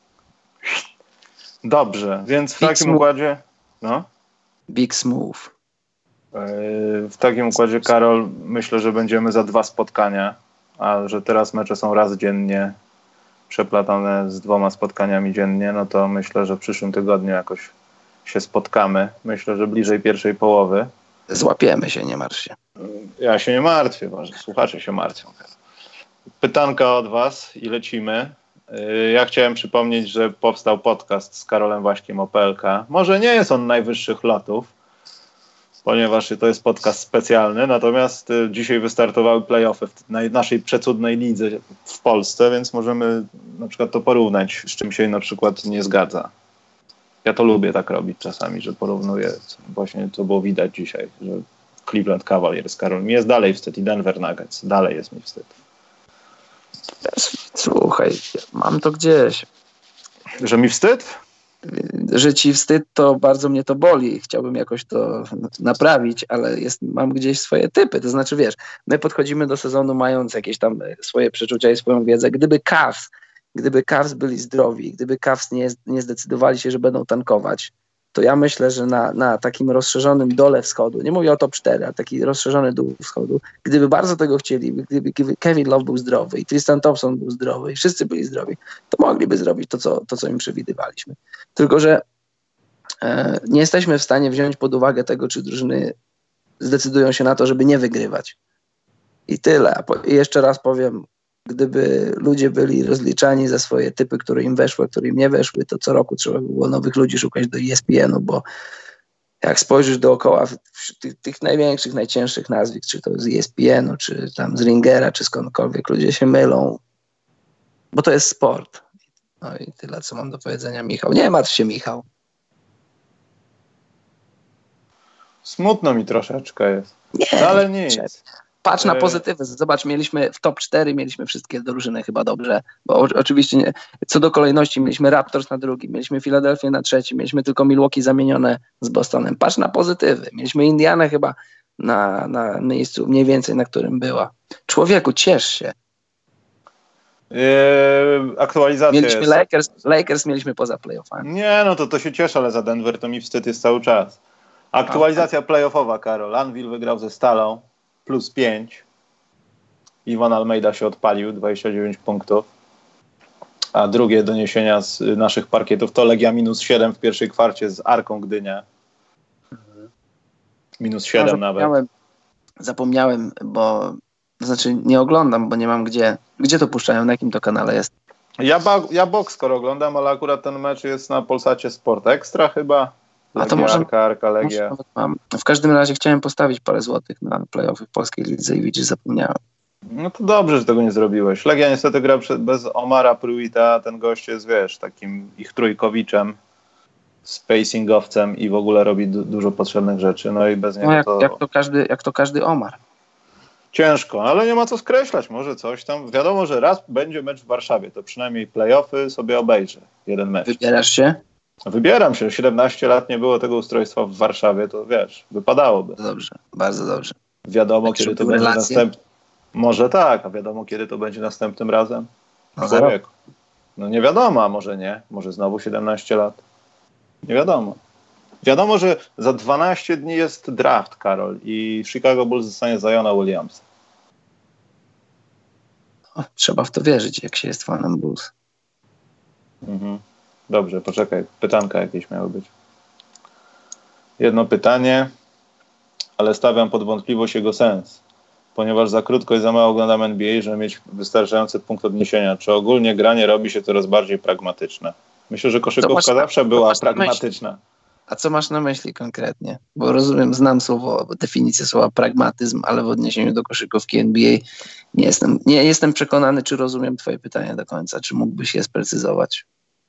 Dobrze, więc w takim układzie... No? Big smooth. W takim układzie, Karol, myślę, że będziemy za 2 spotkania, a że teraz mecze są raz dziennie, przeplatane z 2 spotkaniami dziennie, no to myślę, że w przyszłym tygodniu jakoś się spotkamy. Myślę, że bliżej pierwszej połowy. Złapiemy się, nie martw się. Ja się nie martwię, może słuchacze się martwią. Pytanka od was i lecimy. Ja chciałem przypomnieć, że powstał podcast z Karolem Waśkiem o PLK. Może nie jest on najwyższych lotów, ponieważ to jest podcast specjalny, natomiast dzisiaj wystartowały play-offy w naszej przecudnej lidze w Polsce, więc możemy na przykład to porównać, z czym się na przykład nie zgadza. Ja to lubię tak robić czasami, że porównuję, właśnie to było widać dzisiaj, że Cleveland Cavaliers, Karol. Mi jest dalej wstyd i Denver Nuggets. Dalej jest mi wstyd. Słuchaj, mam to gdzieś. Że mi wstyd? Że ci wstyd, to bardzo mnie to boli. Chciałbym jakoś to naprawić, ale mam gdzieś swoje typy. To znaczy, wiesz, my podchodzimy do sezonu mając jakieś tam swoje przeczucia i swoją wiedzę. Gdyby Cavs byli zdrowi, gdyby Cavs nie zdecydowali się, że będą tankować, to ja myślę, że na takim rozszerzonym dole wschodu, nie mówię o top 4, a taki rozszerzony dół wschodu, gdyby bardzo tego chcieli, gdyby Kevin Love był zdrowy i Tristan Thompson był zdrowy i wszyscy byli zdrowi, to mogliby zrobić to, co im przewidywaliśmy. Tylko że nie jesteśmy w stanie wziąć pod uwagę tego, czy drużyny zdecydują się na to, żeby nie wygrywać. I tyle. I jeszcze raz powiem, gdyby ludzie byli rozliczani za swoje typy, które im weszły, a które im nie weszły, to co roku trzeba było nowych ludzi szukać do ESPN-u, bo jak spojrzysz dookoła tych największych, najcięższych nazwisk, czy to z ESPN-u, czy tam z Ringera, czy skądkolwiek, ludzie się mylą, bo to jest sport. No i tyle, co mam do powiedzenia, Michał. Nie martw się, Michał. Smutno mi troszeczkę jest. Nie, ale nic. Patrz na pozytywy. Zobacz, mieliśmy w top 4, mieliśmy wszystkie drużyny chyba dobrze, bo oczywiście nie, co do kolejności mieliśmy Raptors na drugim, mieliśmy Filadelfię na trzecim, mieliśmy tylko Milwaukee zamienione z Bostonem. Patrz na pozytywy. Mieliśmy Indianę chyba na miejscu mniej więcej, na którym była. Człowieku, ciesz się. Aktualizacja mieliśmy jest. Lakers mieliśmy poza playoffami. Nie, no to się cieszę, ale za Denver to mi wstyd jest cały czas. Aktualizacja playoffowa, Karol. Anvil wygrał ze Stalą +5. Iwan Almeida się odpalił, 29 punktów. A drugie doniesienia z naszych parkietów to Legia -7 w pierwszej kwarcie z Arką Gdynia. -7 nawet. Zapomniałem, bo znaczy nie oglądam, bo nie mam gdzie. Gdzie to puszczają? Na jakim to kanale jest? Ja box oglądam, ale akurat ten mecz jest na Polsacie Sport Extra chyba. A to może Arka, Legia. W każdym razie chciałem postawić parę złotych na play-offy w polskiej lidze i widzisz, zapomniałem. No to dobrze, że tego nie zrobiłeś. Legia niestety gra bez Omara Pruita, ten gość jest, wiesz, takim ich trójkowiczem, spacingowcem i w ogóle robi dużo potrzebnych rzeczy, no i bez niego jak to każdy Omar. Ciężko, ale nie ma co skreślać, może coś tam. Wiadomo, że raz będzie mecz w Warszawie, to przynajmniej play-offy sobie obejrzę, jeden mecz. Wybierasz się? Wybieram się, 17 lat nie było tego ustrojstwa w Warszawie, to wiesz, wypadałoby. Dobrze, bardzo dobrze. Wiadomo, kiedy to będzie następnym. Może tak, a wiadomo, kiedy to będzie następnym razem? Człowieku. No nie wiadomo, a może nie. Może znowu 17 lat. Nie wiadomo. Wiadomo, że za 12 dni jest draft, Karol, i Chicago Bulls zostanie Ziona Williamsa. Trzeba w to wierzyć, jak się jest fanem Bulls. Dobrze, poczekaj. Pytanka jakieś miały być. Jedno pytanie, ale stawiam pod wątpliwość jego sens. Ponieważ za krótko i za mało oglądam NBA, żeby mieć wystarczający punkt odniesienia. Czy ogólnie granie robi się coraz bardziej pragmatyczne? Myślę, że koszykówka zawsze była pragmatyczna. A co masz na myśli konkretnie? Bo rozumiem, znam definicję słowa pragmatyzm, ale w odniesieniu do koszykówki NBA nie jestem przekonany, czy rozumiem twoje pytanie do końca. Czy mógłbyś je sprecyzować?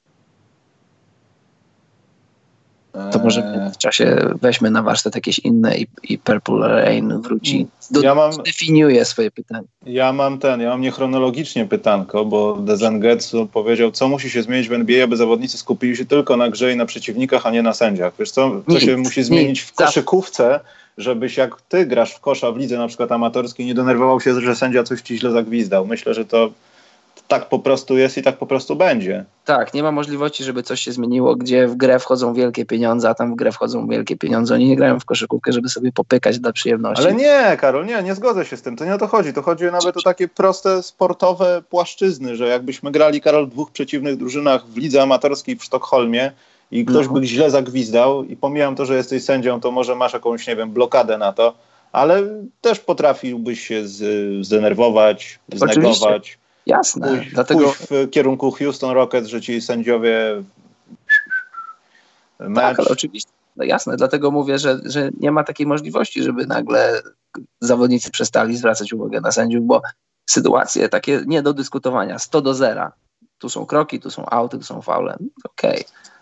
To może w czasie weźmy na warsztat jakieś inne i Purple Rain wróci. Zdefiniuje swoje pytanie. Ja mam niechronologicznie pytanko, bo Dezengetsu powiedział, co musi się zmienić w NBA, aby zawodnicy skupili się tylko na grze i na przeciwnikach, a nie na sędziach. Wiesz co się musi zmienić w koszykówce, żebyś jak ty grasz w kosza w lidze na przykład amatorskiej, nie denerwował się, że sędzia coś ci źle zagwizdał. Myślę, że to tak po prostu jest i tak po prostu będzie. Tak, nie ma możliwości, żeby coś się zmieniło, gdzie w grę wchodzą wielkie pieniądze, a tam w grę wchodzą wielkie pieniądze. Oni nie grają w koszykówkę, żeby sobie popykać dla przyjemności. Ale nie, Karol, nie zgodzę się z tym. To nie o to chodzi. To chodzi nawet o takie proste sportowe płaszczyzny, że jakbyśmy grali, Karol, w dwóch przeciwnych drużynach w lidze amatorskiej w Sztokholmie i ktoś by źle zagwizdał i pomijam to, że jesteś sędzią, to może masz jakąś, nie wiem, blokadę na to, ale też potrafiłbyś się zdenerwować, znegować. Jasne. Pójść w kierunku Houston Rockets, że ci sędziowie mecz. Tak, ale oczywiście. No jasne, dlatego mówię, że nie ma takiej możliwości, żeby nagle zawodnicy przestali zwracać uwagę na sędziów, bo sytuacje takie nie do dyskutowania, 100-0. Tu są kroki, tu są auty, tu są faule. Okej.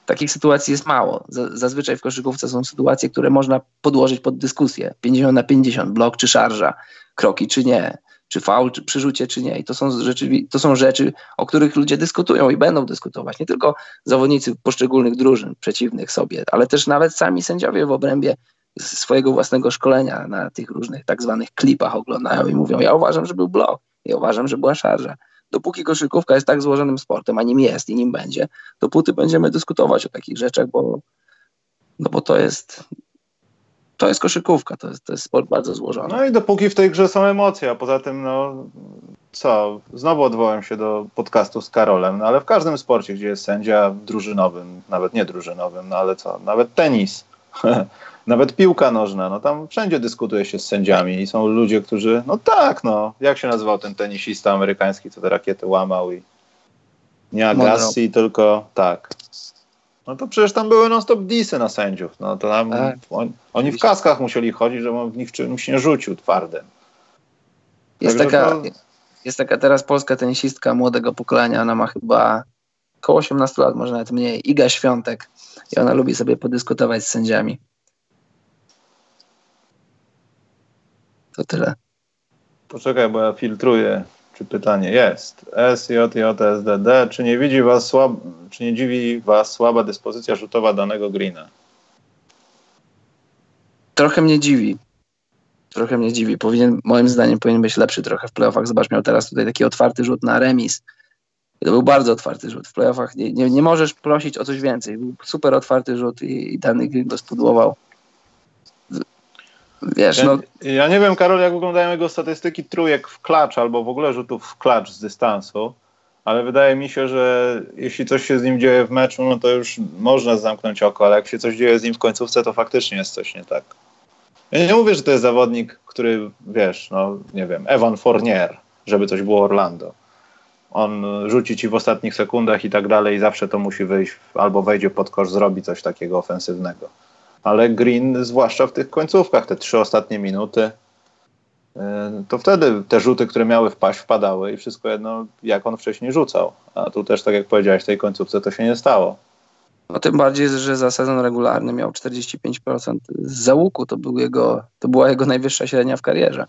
takich sytuacji jest mało. Zazwyczaj w koszykówce są sytuacje, które można podłożyć pod dyskusję. 50-50, blok czy szarża, kroki czy nie, czy faul, czy przyrzucie czy nie. I to są rzeczy, o których ludzie dyskutują i będą dyskutować. Nie tylko zawodnicy poszczególnych drużyn przeciwnych sobie, ale też nawet sami sędziowie w obrębie swojego własnego szkolenia na tych różnych tak zwanych klipach oglądają i mówią, ja uważam, że był blok, ja uważam, że była szarża. Dopóki koszykówka jest tak złożonym sportem, a nim jest i nim będzie, dopóty będziemy dyskutować o takich rzeczach, bo to jest koszykówka, to jest sport bardzo złożony. No i dopóki w tej grze są emocje, a poza tym, znowu odwołam się do podcastu z Karolem, ale w każdym sporcie, gdzie jest sędzia drużynowym, nawet nie drużynowym, ale nawet tenis, nawet piłka nożna, tam wszędzie dyskutuje się z sędziami i są ludzie, którzy, jak się nazywał ten tenisista amerykański, co te rakiety łamał i nie Agassi, tylko tak. No to przecież tam były non-stop disy na sędziów. To tam oni w kaskach musieli chodzić, żeby on w nich czymś nie rzucił twardym. Jest taka teraz polska tenisistka młodego pokolenia, ona ma chyba około 18 lat, może nawet mniej, Iga Świątek i ona lubi sobie podyskutować z sędziami. To tyle. Poczekaj, bo ja filtruję, czy pytanie jest. SJJSDD, czy nie dziwi was słaba dyspozycja rzutowa danego Greena? Trochę mnie dziwi. Moim zdaniem powinien być lepszy trochę w playoffach. Zobacz, miał teraz tutaj taki otwarty rzut na remis. To był bardzo otwarty rzut. W playoffach nie możesz prosić o coś więcej. Był super otwarty rzut i dany Green go spudłował. Wiesz, ja nie wiem, Karol, jak wyglądają jego statystyki trójek w klacz albo w ogóle rzutów w klacz z dystansu, ale wydaje mi się, że jeśli coś się z nim dzieje w meczu, to już można zamknąć oko, ale jak się coś dzieje z nim w końcówce, to faktycznie jest coś nie tak. Ja nie mówię, że to jest zawodnik, który, nie wiem, Evan Fournier, żeby coś było Orlando. On rzuci ci w ostatnich sekundach i tak dalej i zawsze to musi wyjść, albo wejdzie pod kosz, zrobi coś takiego ofensywnego. Ale Green, zwłaszcza w tych końcówkach, te 3 ostatnie minuty, to wtedy te rzuty, które miały wpaść, wpadały i wszystko jedno, jak on wcześniej rzucał. A tu też, tak jak powiedziałeś, w tej końcówce to się nie stało. No tym bardziej, że za sezon regularny miał 45% z załuku. To była jego najwyższa średnia w karierze.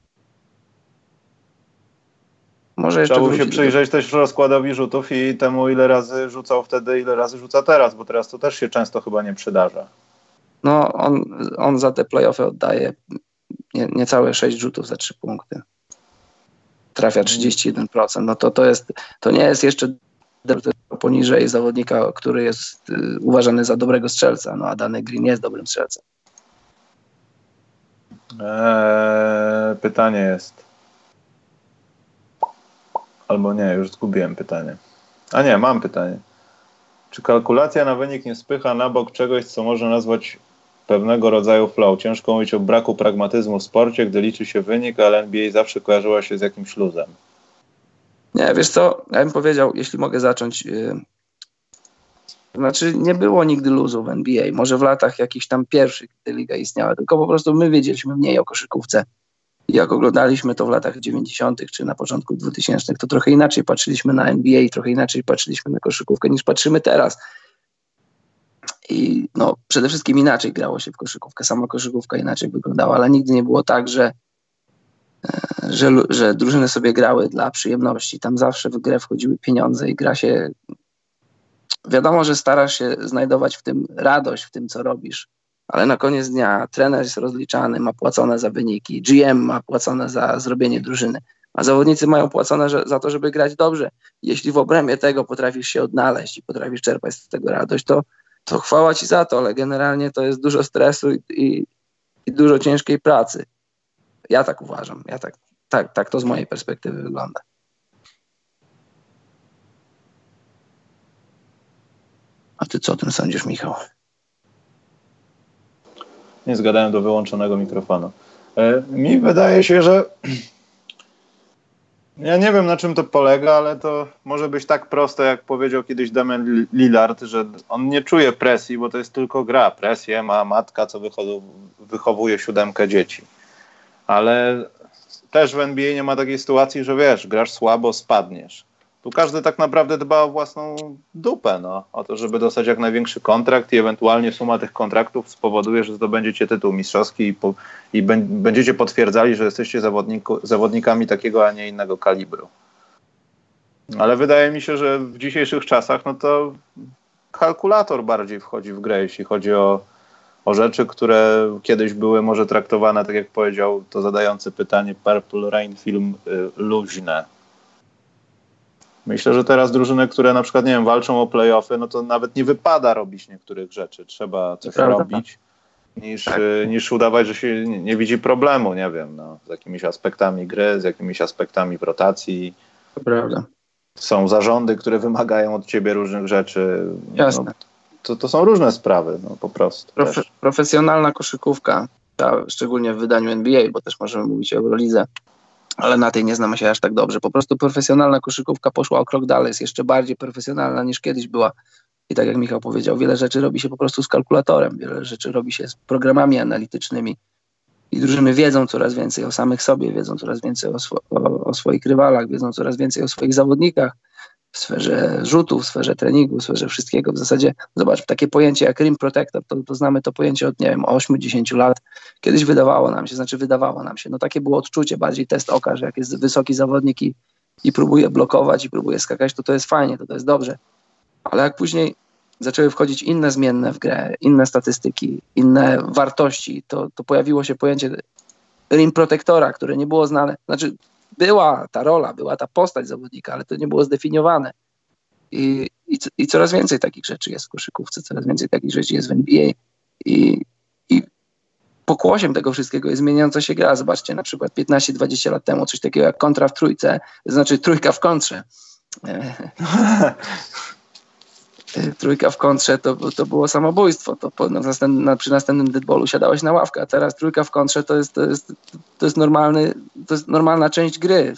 Może jeszcze trzeba się przyjrzeć też rozkładowi rzutów i temu, ile razy rzucał wtedy, ile razy rzuca teraz, bo teraz to też się często chyba nie przydarza. No, on za te play-offy oddaje niecałe 6 rzutów za 3 punkty. Trafia 31%. No to nie jest jeszcze poniżej zawodnika, który jest uważany za dobrego strzelca. No a dany Green jest dobrym strzelcem. Pytanie jest. Albo nie, już zgubiłem pytanie. A nie, mam pytanie. Czy kalkulacja na wynik nie spycha na bok czegoś, co można nazwać pewnego rodzaju flow? Ciężko mówić o braku pragmatyzmu w sporcie, gdy liczy się wynik, ale NBA zawsze kojarzyła się z jakimś luzem. Nie, wiesz co, ja bym powiedział, jeśli mogę zacząć, nie było nigdy luzu w NBA, może w latach jakichś tam pierwszych, gdy liga istniała, tylko po prostu my wiedzieliśmy mniej o koszykówce. Jak oglądaliśmy to w latach 90. czy na początku 2000, to trochę inaczej patrzyliśmy na NBA i trochę inaczej patrzyliśmy na koszykówkę niż patrzymy teraz. I przede wszystkim inaczej grało się w koszykówkę, sama koszykówka inaczej wyglądała, ale nigdy nie było tak, że drużyny sobie grały dla przyjemności. Tam zawsze w grę wchodziły pieniądze i gra się... Wiadomo, że starasz się znajdować w tym radość, w tym, co robisz, ale na koniec dnia trener jest rozliczany, ma płacone za wyniki, GM ma płacone za zrobienie drużyny, a zawodnicy mają płacone za to, żeby grać dobrze. Jeśli w obrębie tego potrafisz się odnaleźć i potrafisz czerpać z tego radość, to chwała ci za to, ale generalnie to jest dużo stresu i dużo ciężkiej pracy. Ja tak uważam. Tak to z mojej perspektywy wygląda. A ty co o tym sądzisz, Michał? Nie zgadałem do wyłączonego mikrofonu. Mi wydaje się, że ja nie wiem, na czym to polega, ale to może być tak proste, jak powiedział kiedyś Damian Lillard, że on nie czuje presji, bo to jest tylko gra. Presję ma matka, co wychowuje 7 dzieci. Ale też w NBA nie ma takiej sytuacji, że wiesz, grasz słabo, spadniesz. Tu każdy tak naprawdę dba o własną dupę, no. O to, żeby dostać jak największy kontrakt i ewentualnie suma tych kontraktów spowoduje, że zdobędziecie tytuł mistrzowski i będziecie potwierdzali, że jesteście zawodnikami takiego, a nie innego kalibru. Ale wydaje mi się, że w dzisiejszych czasach, no to kalkulator bardziej wchodzi w grę, jeśli chodzi o rzeczy, które kiedyś były może traktowane, tak jak powiedział to zadający pytanie Purple Rain film, luźne. Myślę, że teraz drużyny, które na przykład, nie wiem, walczą o play-offy, no to nawet nie wypada robić niektórych rzeczy. Trzeba coś robić, niż udawać, że się nie widzi problemu, nie wiem, no, z jakimiś aspektami gry, z jakimiś aspektami rotacji. To prawda. Są zarządy, które wymagają od ciebie różnych rzeczy. Jasne. No, to są różne sprawy, no po prostu. Profesjonalna koszykówka, szczególnie w wydaniu NBA, bo też możemy mówić o Eurolidze, ale na tej nie znamy się aż tak dobrze. Po prostu profesjonalna koszykówka poszła o krok dalej, jest jeszcze bardziej profesjonalna niż kiedyś była. I tak jak Michał powiedział, wiele rzeczy robi się po prostu z kalkulatorem, wiele rzeczy robi się z programami analitycznymi i drużyny wiedzą coraz więcej o samych sobie, wiedzą coraz więcej o swoich rywalach, wiedzą coraz więcej o swoich zawodnikach w sferze rzutów, w sferze treningu, w sferze wszystkiego. W zasadzie, zobacz, takie pojęcie jak rim protector, to znamy to pojęcie od, nie wiem, 8-10 lat. Kiedyś wydawało nam się, no takie było odczucie, bardziej test oka, że jak jest wysoki zawodnik i próbuje blokować, i próbuje skakać, to jest fajnie, to jest dobrze. Ale jak później zaczęły wchodzić inne zmienne w grę, inne statystyki, inne wartości, to pojawiło się pojęcie rim protektora, które nie było znane. Znaczy, była ta rola, była ta postać zawodnika, ale to nie było zdefiniowane. I coraz więcej takich rzeczy jest w koszykówce, coraz więcej takich rzeczy jest w NBA. I pokłosiem tego wszystkiego jest zmieniająca się gra. Zobaczcie, na przykład 15-20 lat temu coś takiego jak kontra w trójce, znaczy trójka w kontrze. Trójka w kontrze to było samobójstwo. Przy następnym deadballu siadałeś na ławkę, a teraz trójka w kontrze to jest normalna część gry.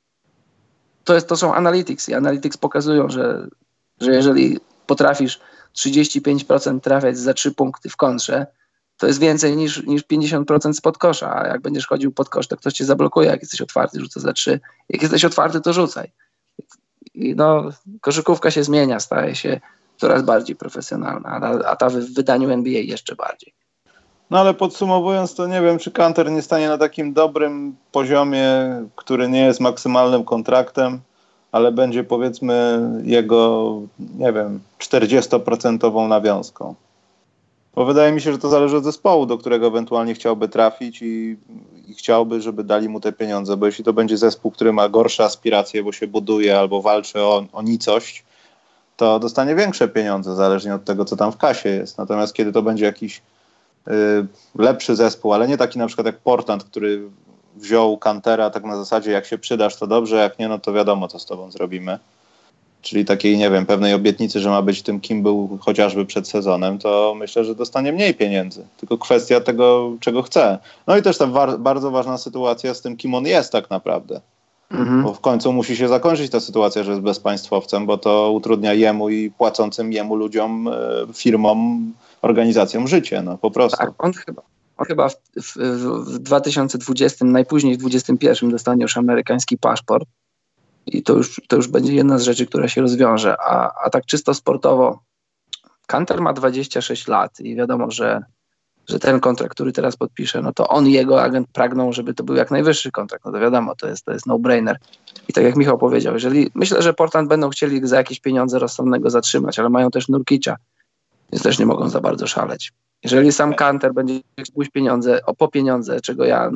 To są analytics i analytics pokazują, że jeżeli potrafisz 35% trafiać za 3 punkty w kontrze, to jest więcej niż 50% spod kosza, a jak będziesz chodził pod kosz, to ktoś cię zablokuje. Jak jesteś otwarty, rzucę za 3. Jak jesteś otwarty, to rzucaj. I koszykówka się zmienia, staje się coraz bardziej profesjonalna, a ta w wydaniu NBA jeszcze bardziej. No ale podsumowując, to nie wiem, czy Kanter nie stanie na takim dobrym poziomie, który nie jest maksymalnym kontraktem, ale będzie, powiedzmy, jego, nie wiem, 40% nawiązką. Bo wydaje mi się, że to zależy od zespołu, do którego ewentualnie chciałby trafić i chciałby, żeby dali mu te pieniądze, bo jeśli to będzie zespół, który ma gorsze aspiracje, bo się buduje albo walczy o nicość, to dostanie większe pieniądze, zależnie od tego, co tam w kasie jest. Natomiast kiedy to będzie jakiś lepszy zespół, ale nie taki na przykład jak Portland, który wziął Kantera tak na zasadzie, jak się przydasz, to dobrze, jak nie, no to wiadomo, co z tobą zrobimy. Czyli takiej, nie wiem, pewnej obietnicy, że ma być tym, kim był chociażby przed sezonem, to myślę, że dostanie mniej pieniędzy. Tylko kwestia tego, czego chce. No i też ta bardzo ważna sytuacja z tym, kim on jest tak naprawdę. Bo w końcu musi się zakończyć ta sytuacja, że jest bezpaństwowcem, bo to utrudnia jemu i płacącym jemu ludziom, firmom, organizacjom życie, no po prostu. Tak, on chyba w 2020, najpóźniej w 2021 dostanie już amerykański paszport i to już będzie jedna z rzeczy, która się rozwiąże, a tak czysto sportowo Kanter ma 26 lat i wiadomo, że ten kontrakt, który teraz podpisze, no to on i jego agent pragną, żeby to był jak najwyższy kontrakt. No to wiadomo, to jest no-brainer. I tak jak Michał powiedział, myślę, że Portland będą chcieli za jakieś pieniądze rozsądnego zatrzymać, ale mają też Nurkicza, więc też nie mogą za bardzo szaleć. Jeżeli sam Kanter będzie chciał po pieniądze, czego ja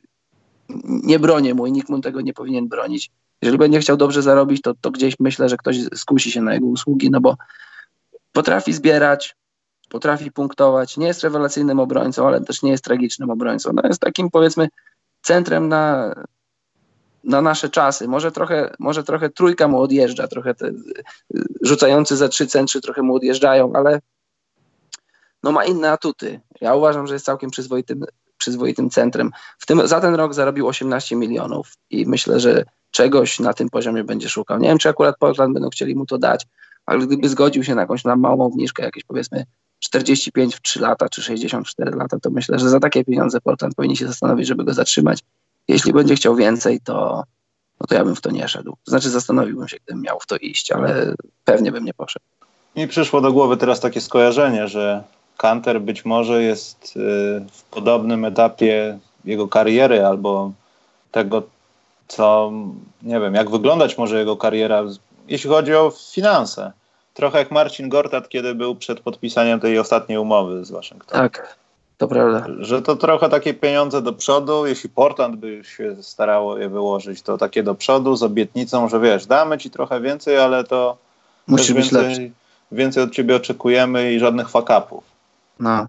nie bronię mu i nikt mu tego nie powinien bronić. Jeżeli będzie chciał dobrze zarobić, to gdzieś myślę, że ktoś skusi się na jego usługi, no bo potrafi zbierać, potrafi punktować, nie jest rewelacyjnym obrońcą, ale też nie jest tragicznym obrońcą. No jest takim, powiedzmy, centrem na nasze czasy. Może trochę trójka mu odjeżdża, trochę te rzucający za 3 centrzy trochę mu odjeżdżają, ale ma inne atuty. Ja uważam, że jest całkiem przyzwoitym centrem. Za ten rok zarobił 18 milionów i myślę, że czegoś na tym poziomie będzie szukał. Nie wiem, czy akurat Portland będą chcieli mu to dać, ale gdyby zgodził się na jakąś małą obniżkę, jakieś powiedzmy 45 w 3 lata, czy 64 lata, to myślę, że za takie pieniądze Portland powinien się zastanowić, żeby go zatrzymać. Jeśli będzie chciał więcej, to no to ja bym w to nie szedł. Znaczy zastanowiłbym się, gdybym miał w to iść, ale pewnie bym nie poszedł. Mi przyszło do głowy teraz takie skojarzenie, że Kanter być może jest w podobnym etapie jego kariery albo tego, co, nie wiem, jak wyglądać może jego kariera, jeśli chodzi o finanse. Trochę jak Marcin Gortat, kiedy był przed podpisaniem tej ostatniej umowy z Waszyngtonem. Tak, to prawda. Że to trochę takie pieniądze do przodu, jeśli Portland by się starało je wyłożyć, to takie do przodu z obietnicą, że wiesz, damy ci trochę więcej, ale to musi być lepszy. Więcej od ciebie oczekujemy i żadnych fuck-upów. No.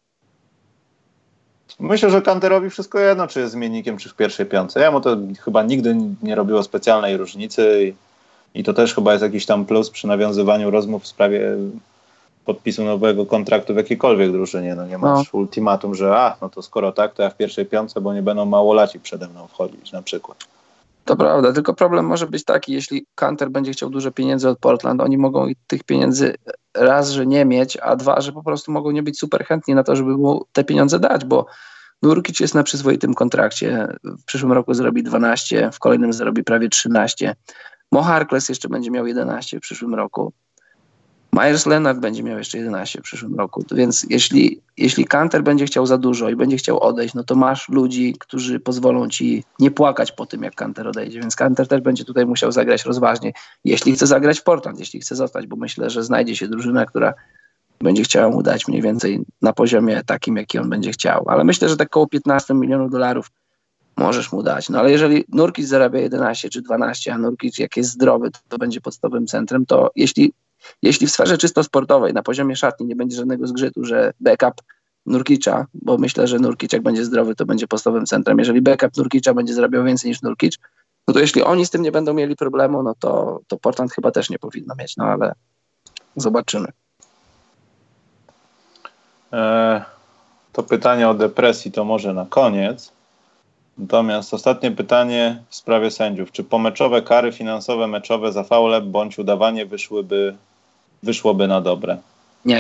Myślę, że Kanterowi wszystko jedno, czy jest zmiennikiem, czy w pierwszej piątce. Jemu to chyba nigdy nie robiło specjalnej różnicy i to też chyba jest jakiś tam plus przy nawiązywaniu rozmów w sprawie podpisu nowego kontraktu w jakiejkolwiek drużynie. No nie masz ultimatum, że no to skoro tak, to ja w pierwszej piątce, bo nie będą małolaci przede mną wchodzić na przykład. To prawda, tylko problem może być taki, jeśli Kanter będzie chciał dużo pieniędzy od Portland, oni mogą tych pieniędzy raz, że nie mieć, a dwa, że po prostu mogą nie być super chętni na to, żeby mu te pieniądze dać, bo Nurkic jest na przyzwoitym kontrakcie, w przyszłym roku zarobi 12, w kolejnym zarobi prawie 13, Mo Harkless jeszcze będzie miał 11 w przyszłym roku, Myers Leonard będzie miał jeszcze 11 w przyszłym roku, więc jeśli Kanter będzie chciał za dużo i będzie chciał odejść, no to masz ludzi, którzy pozwolą ci nie płakać po tym, jak Kanter odejdzie, więc Kanter też będzie tutaj musiał zagrać rozważnie, jeśli chce zagrać w Portland, jeśli chce zostać, bo myślę, że znajdzie się drużyna, która będzie chciała mu dać mniej więcej na poziomie takim, jaki on będzie chciał, ale myślę, że tak około $15 milionów możesz mu dać, no ale jeżeli Nurkic zarabia 11 czy 12, a Nurkic jak jest zdrowy, to będzie podstawowym centrem, to jeśli w sferze czysto sportowej, na poziomie szatni nie będzie żadnego zgrzytu, że backup Nurkicza, bo myślę, że Nurkic jak będzie zdrowy, to będzie podstawowym centrem. Jeżeli backup Nurkicza będzie zarabiał więcej niż Nurkic, no to jeśli oni z tym nie będą mieli problemu, no to Portland chyba też nie powinno mieć, no ale zobaczymy. To pytanie o depresji to może na koniec. Natomiast ostatnie pytanie w sprawie sędziów. Czy pomeczowe kary finansowe, meczowe za faule bądź udawanie wyszłoby na dobre? Nie.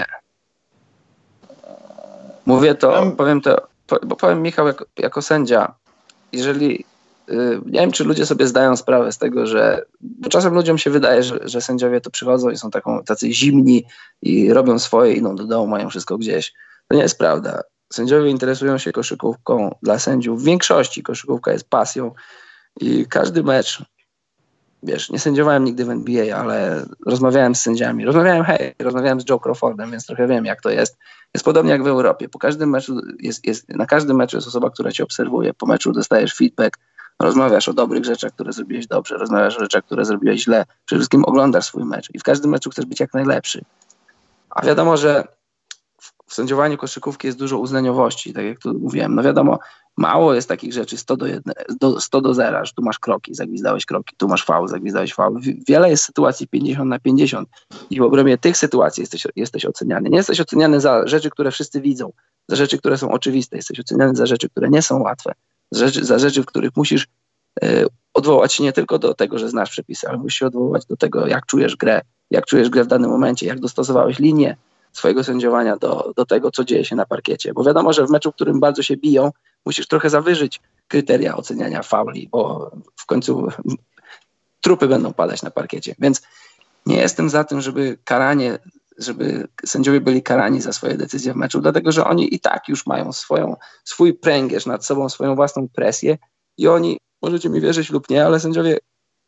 Mówię to, powiem Michał jako sędzia, jeżeli nie wiem, czy ludzie sobie zdają sprawę z tego, że bo czasem ludziom się wydaje, że sędziowie to przychodzą i są tacy zimni i robią swoje, idą do domu, mają wszystko gdzieś. To nie jest prawda. Sędziowie interesują się koszykówką. Dla sędziów w większości koszykówka jest pasją i każdy mecz, wiesz, nie sędziowałem nigdy w NBA, ale rozmawiałem z sędziami. Rozmawiałem z Joe Crawfordem, więc trochę wiem, jak to jest. Jest podobnie jak w Europie. Po każdym meczu na każdym meczu jest osoba, która cię obserwuje. Po meczu dostajesz feedback, rozmawiasz o dobrych rzeczach, które zrobiłeś dobrze, rozmawiasz o rzeczach, które zrobiłeś źle. Przede wszystkim oglądasz swój mecz i w każdym meczu chcesz być jak najlepszy. A wiadomo, że w sędziowaniu koszykówki jest dużo uznaniowości, tak jak tu mówiłem. No wiadomo, mało jest takich rzeczy 100 do 0, że tu masz kroki, zagwizdałeś kroki, tu masz faul, zagwizdałeś faul. Wiele jest sytuacji 50-50 i w obrębie tych sytuacji jesteś oceniany. Nie jesteś oceniany za rzeczy, które wszyscy widzą, za rzeczy, które są oczywiste. Jesteś oceniany za rzeczy, które nie są łatwe, za rzeczy, w których musisz odwołać się nie tylko do tego, że znasz przepisy, ale musisz się odwołać do tego, jak czujesz grę w danym momencie, jak dostosowałeś linię swojego sędziowania do tego, co dzieje się na parkiecie. Bo wiadomo, że w meczu, w którym bardzo się biją, musisz trochę zawyżyć kryteria oceniania fauli, bo w końcu trupy będą padać na parkiecie. Więc nie jestem za tym, żeby sędziowie byli karani za swoje decyzje w meczu, dlatego że oni i tak już mają swój pręgierz nad sobą, swoją własną presję i oni, możecie mi wierzyć lub nie, ale sędziowie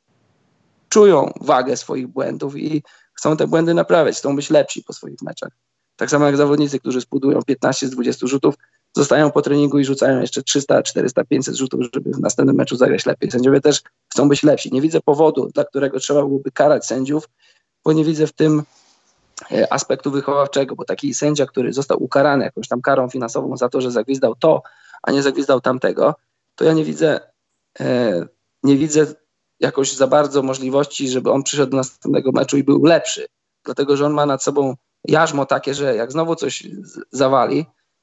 czują wagę swoich błędów i chcą te błędy naprawiać, chcą być lepsi po swoich meczach. Tak samo jak zawodnicy, którzy zbudują 15 z 20 rzutów, zostają po treningu i rzucają jeszcze 300, 400, 500 rzutów, żeby w następnym meczu zagrać lepiej. Sędziowie też chcą być lepsi. Nie widzę powodu, dla którego trzeba byłoby karać sędziów, bo nie widzę w tym aspektu wychowawczego, bo taki sędzia, który został ukarany jakąś tam karą finansową za to, że zagwizdał to, a nie zagwizdał tamtego, to ja nie widzę jakoś za bardzo możliwości, żeby on przyszedł do następnego meczu i był lepszy. Dlatego, że on ma nad sobą jarzmo takie, że jak znowu coś zawali,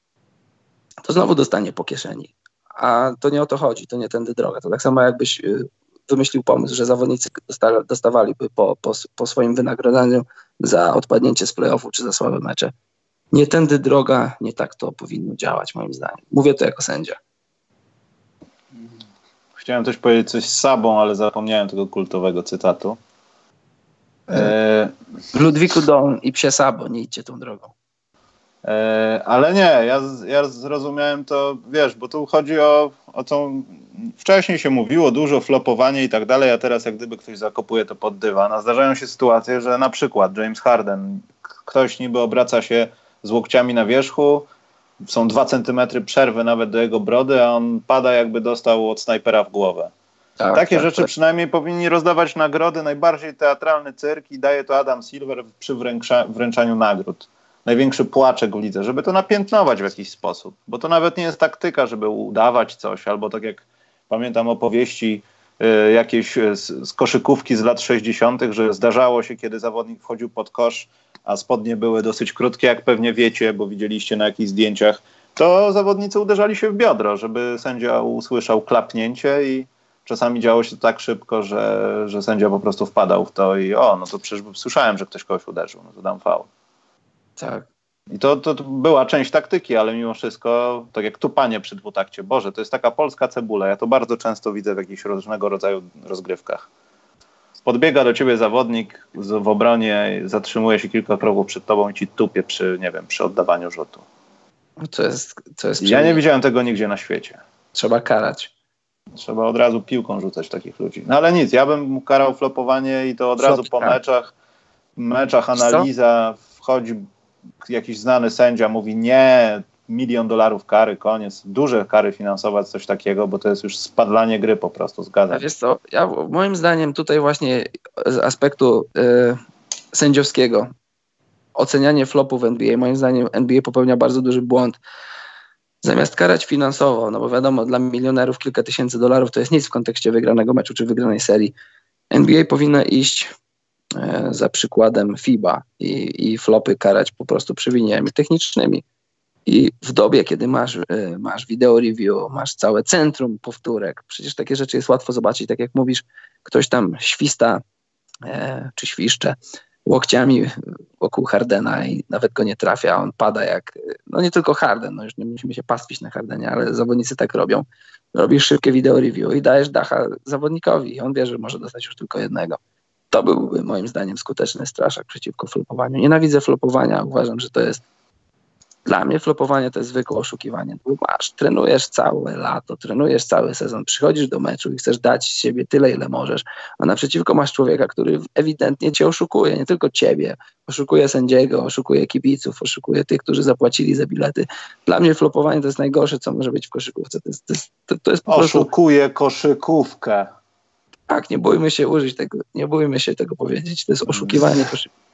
to znowu dostanie po kieszeni. A to nie o to chodzi, to nie tędy droga. To tak samo jakbyś wymyślił pomysł, że zawodnicy dostawaliby po swoim wynagrodzeniu za odpadnięcie z play-offu czy za słabe mecze. Nie tędy droga, nie tak to powinno działać moim zdaniem. Mówię to jako sędzia. Chciałem też powiedzieć coś z Sabą, ale zapomniałem tego kultowego cytatu. W Ludwiku Don i Psie Sabo, nie idźcie tą drogą. Ale nie, ja zrozumiałem to, wiesz, bo tu chodzi o tą... Wcześniej się mówiło dużo, flopowanie i tak dalej, a teraz jak gdyby ktoś zakopuje to pod dywan. A zdarzają się sytuacje, że na przykład James Harden, ktoś niby obraca się z łokciami na wierzchu, są 2 centymetry przerwy nawet do jego brody, a on pada jakby dostał od snajpera w głowę. Takie rzeczy przynajmniej powinni rozdawać nagrody, najbardziej teatralny cyrk i daje to Adam Silver przy wręczaniu nagród. Największy płaczek w lidze, żeby to napiętnować w jakiś sposób, bo to nawet nie jest taktyka, żeby udawać coś, albo tak jak pamiętam opowieści jakieś z koszykówki z lat 60., że zdarzało się, kiedy zawodnik wchodził pod kosz, a spodnie były dosyć krótkie, jak pewnie wiecie, bo widzieliście na jakichś zdjęciach, to zawodnicy uderzali się w biodro, żeby sędzia usłyszał klapnięcie i czasami działo się to tak szybko, że sędzia po prostu wpadał w to i no to przecież słyszałem, że ktoś kogoś uderzył, no to dam faul. Tak. I to była część taktyki, ale mimo wszystko, tak jak tupanie przy dwutakcie, Boże, to jest taka polska cebula, ja to bardzo często widzę w jakichś różnego rodzaju rozgrywkach. Podbiega do ciebie zawodnik w obronie, zatrzymuje się kilka kroków przed tobą i ci tupie przy oddawaniu rzutu. To jest ja nie widziałem tego nigdzie na świecie. Trzeba karać. Trzeba od razu piłką rzucać takich ludzi. No ale nic, ja bym karał flopowanie i to od razu po meczach analiza, wchodzi jakiś znany sędzia, mówi nie, $1 milion kary, koniec, duże kary finansowe, coś takiego, bo to jest już spadlanie gry po prostu, zgadzam. A wiesz co, moim zdaniem tutaj właśnie z aspektu sędziowskiego, ocenianie flopu w NBA, moim zdaniem NBA popełnia bardzo duży błąd. Zamiast karać finansowo, no bo wiadomo, dla milionerów kilka tysięcy dolarów to jest nic w kontekście wygranego meczu czy wygranej serii. NBA powinna iść za przykładem FIBA i flopy karać po prostu przewinieniami technicznymi. I w dobie, kiedy masz video review, masz całe centrum powtórek, przecież takie rzeczy jest łatwo zobaczyć, tak jak mówisz, ktoś tam śwista czy świszcze łokciami wokół Hardena i nawet go nie trafia, a on pada jak, no nie tylko Harden, no już nie musimy się pastwić na Hardenie, ale zawodnicy tak robią. Robisz szybkie video review i dajesz dacha zawodnikowi i on wie, że może dostać już tylko jednego. To byłby moim zdaniem skuteczny straszak przeciwko flopowaniu. Nienawidzę flopowania, uważam, że to jest, dla mnie flopowanie to jest zwykłe oszukiwanie. Trenujesz całe lato, trenujesz cały sezon, przychodzisz do meczu i chcesz dać z siebie tyle, ile możesz, a naprzeciwko masz człowieka, który ewidentnie cię oszukuje, nie tylko ciebie, oszukuje sędziego, oszukuje kibiców, oszukuje tych, którzy zapłacili za bilety. Dla mnie flopowanie to jest najgorsze, co może być w koszykówce. To jest po prostu... Oszukuje koszykówkę. Tak, nie bójmy się użyć tego, nie bójmy się tego powiedzieć. To jest oszukiwanie koszykówki.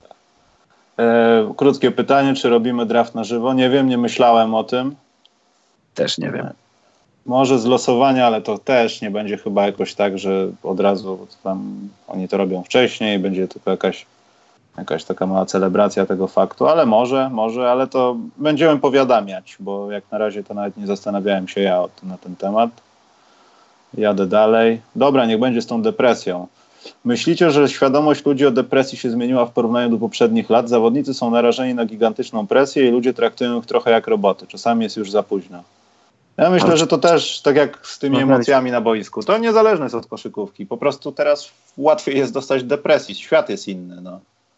Krótkie pytanie, czy robimy draft na żywo? Nie wiem, nie myślałem o tym. Też nie wiem. Może z losowania, ale to też nie będzie chyba jakoś tak, że od razu tam oni to robią wcześniej, będzie tylko jakaś taka mała celebracja tego faktu, ale może, ale to będziemy powiadamiać, bo jak na razie to nawet nie zastanawiałem się ja na ten temat. Jadę dalej. Dobra, niech będzie z tą depresją. Myślicie, że świadomość ludzi o depresji się zmieniła w porównaniu do poprzednich lat? Zawodnicy są narażeni na gigantyczną presję i ludzie traktują ich trochę jak roboty. Czasami jest już za późno. Ja myślę, że to też, tak jak z tymi emocjami na boisku, to niezależne jest od koszykówki. Po prostu teraz łatwiej jest dostać depresji. Świat jest inny. No.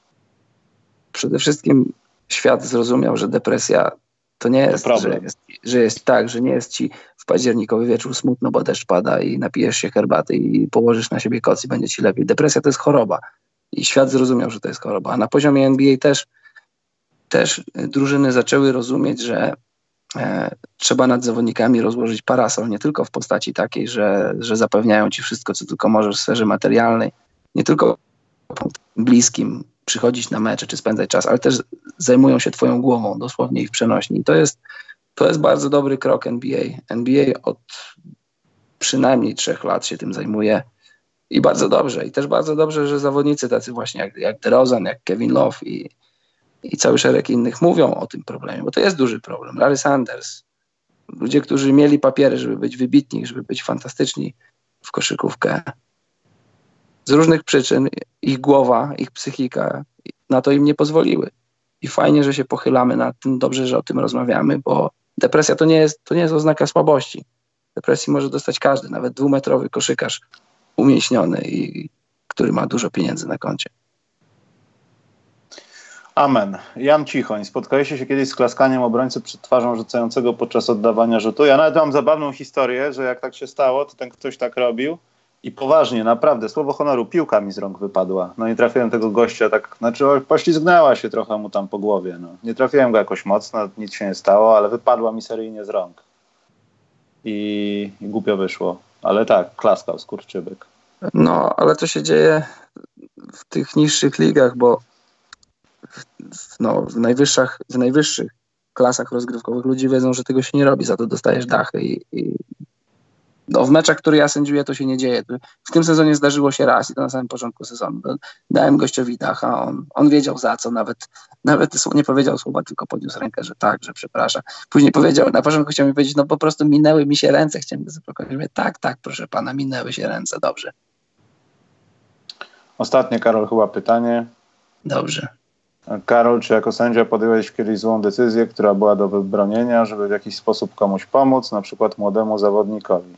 Przede wszystkim świat zrozumiał, że depresja to nie jest, że jest tak, że nie jest ci w październikowy wieczór smutno, bo deszcz pada i napijesz się herbaty i położysz na siebie koc i będzie ci lepiej. Depresja to jest choroba i świat zrozumiał, że to jest choroba. A na poziomie NBA też drużyny zaczęły rozumieć, że trzeba nad zawodnikami rozłożyć parasol, nie tylko w postaci takiej, że zapewniają ci wszystko, co tylko możesz w sferze materialnej, nie tylko bliskim przychodzić na mecze czy spędzać czas, ale też zajmują się twoją głową, dosłownie ich przenośni. I to jest bardzo dobry krok NBA. NBA od przynajmniej 3 lat się tym zajmuje i bardzo dobrze. I też bardzo dobrze, że zawodnicy tacy właśnie jak DeRozan, jak Kevin Love i cały szereg innych mówią o tym problemie, bo to jest duży problem. Larry Sanders, ludzie, którzy mieli papiery, żeby być wybitni, żeby być fantastyczni w koszykówkę, z różnych przyczyn ich głowa, ich psychika na to im nie pozwoliły. I fajnie, że się pochylamy nad tym, dobrze, że o tym rozmawiamy, bo depresja to nie jest oznaka słabości. Depresji może dostać każdy, nawet 2-metrowy koszykarz umięśniony i który ma dużo pieniędzy na koncie. Amen. Jan Cichoń. Spotkaliście się kiedyś z klaskaniem obrońcy przed twarzą rzucającego podczas oddawania rzutu? Ja nawet mam zabawną historię, że jak tak się stało, to ten ktoś tak robił i poważnie, naprawdę, słowo honoru, piłka mi z rąk wypadła. No nie trafiłem tego gościa tak, znaczy poślizgnęła się trochę mu tam po głowie. No. Nie trafiłem go jakoś mocno, nic się nie stało, ale wypadła mi seryjnie z rąk. I głupio wyszło. Ale tak, klaskał skurczybyk. No, ale to się dzieje w tych niższych ligach, bo w najwyższych klasach rozgrywkowych ludzie wiedzą, że tego się nie robi, za to dostajesz dachy w meczach, które ja sędziuję, to się nie dzieje. W tym sezonie zdarzyło się raz i to na samym początku sezonu. Dałem gościowi dacha, on wiedział za co, nawet nie powiedział słowa, tylko podniósł rękę, że tak, że przepraszam. Później powiedział, na początku chciał mi powiedzieć, no po prostu minęły mi się ręce, chciałem go zaproponować. Mówię, tak, proszę pana, minęły się ręce, dobrze. Ostatnie, Karol, chyba pytanie. Dobrze. Karol, czy jako sędzia podjąłeś kiedyś złą decyzję, która była do wybronienia, żeby w jakiś sposób komuś pomóc, na przykład młodemu zawodnikowi?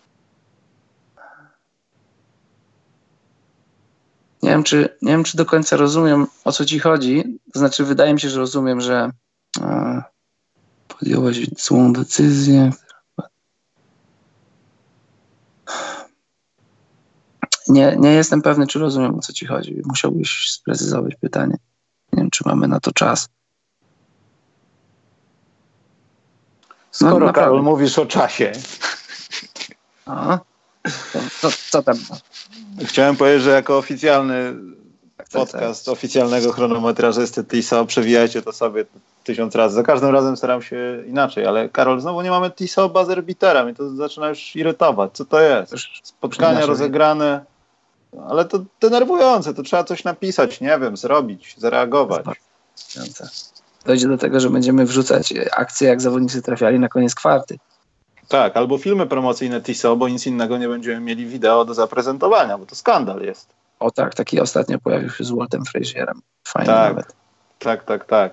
Nie wiem, czy do końca rozumiem, o co ci chodzi. To znaczy, wydaje mi się, że rozumiem, że podjąłeś złą decyzję. Nie jestem pewny, czy rozumiem, o co ci chodzi. Musiałbyś sprecyzować pytanie. Nie wiem, czy mamy na to czas. Skoro, Karol, mówisz o czasie. Co tam? Chciałem powiedzieć, że jako oficjalny podcast oficjalnego chronometrażysty TISO, przewijajcie to sobie 1000 razy. Za każdym razem staram się inaczej, ale Karol, znowu nie mamy TISO buzzer beatera. Mnie to zaczyna już irytować. Co to jest? Spotkania rozegrane, ale to denerwujące. To trzeba coś napisać, nie wiem, zrobić, zareagować. Dojdzie do tego, że będziemy wrzucać akcje, jak zawodnicy trafiali na koniec kwarty. Tak, albo filmy promocyjne TISO, bo nic innego nie będziemy mieli wideo do zaprezentowania, bo to skandal jest. O tak, taki ostatnio pojawił się z Waltem Frazierem. Fajnie tak, nawet. Tak.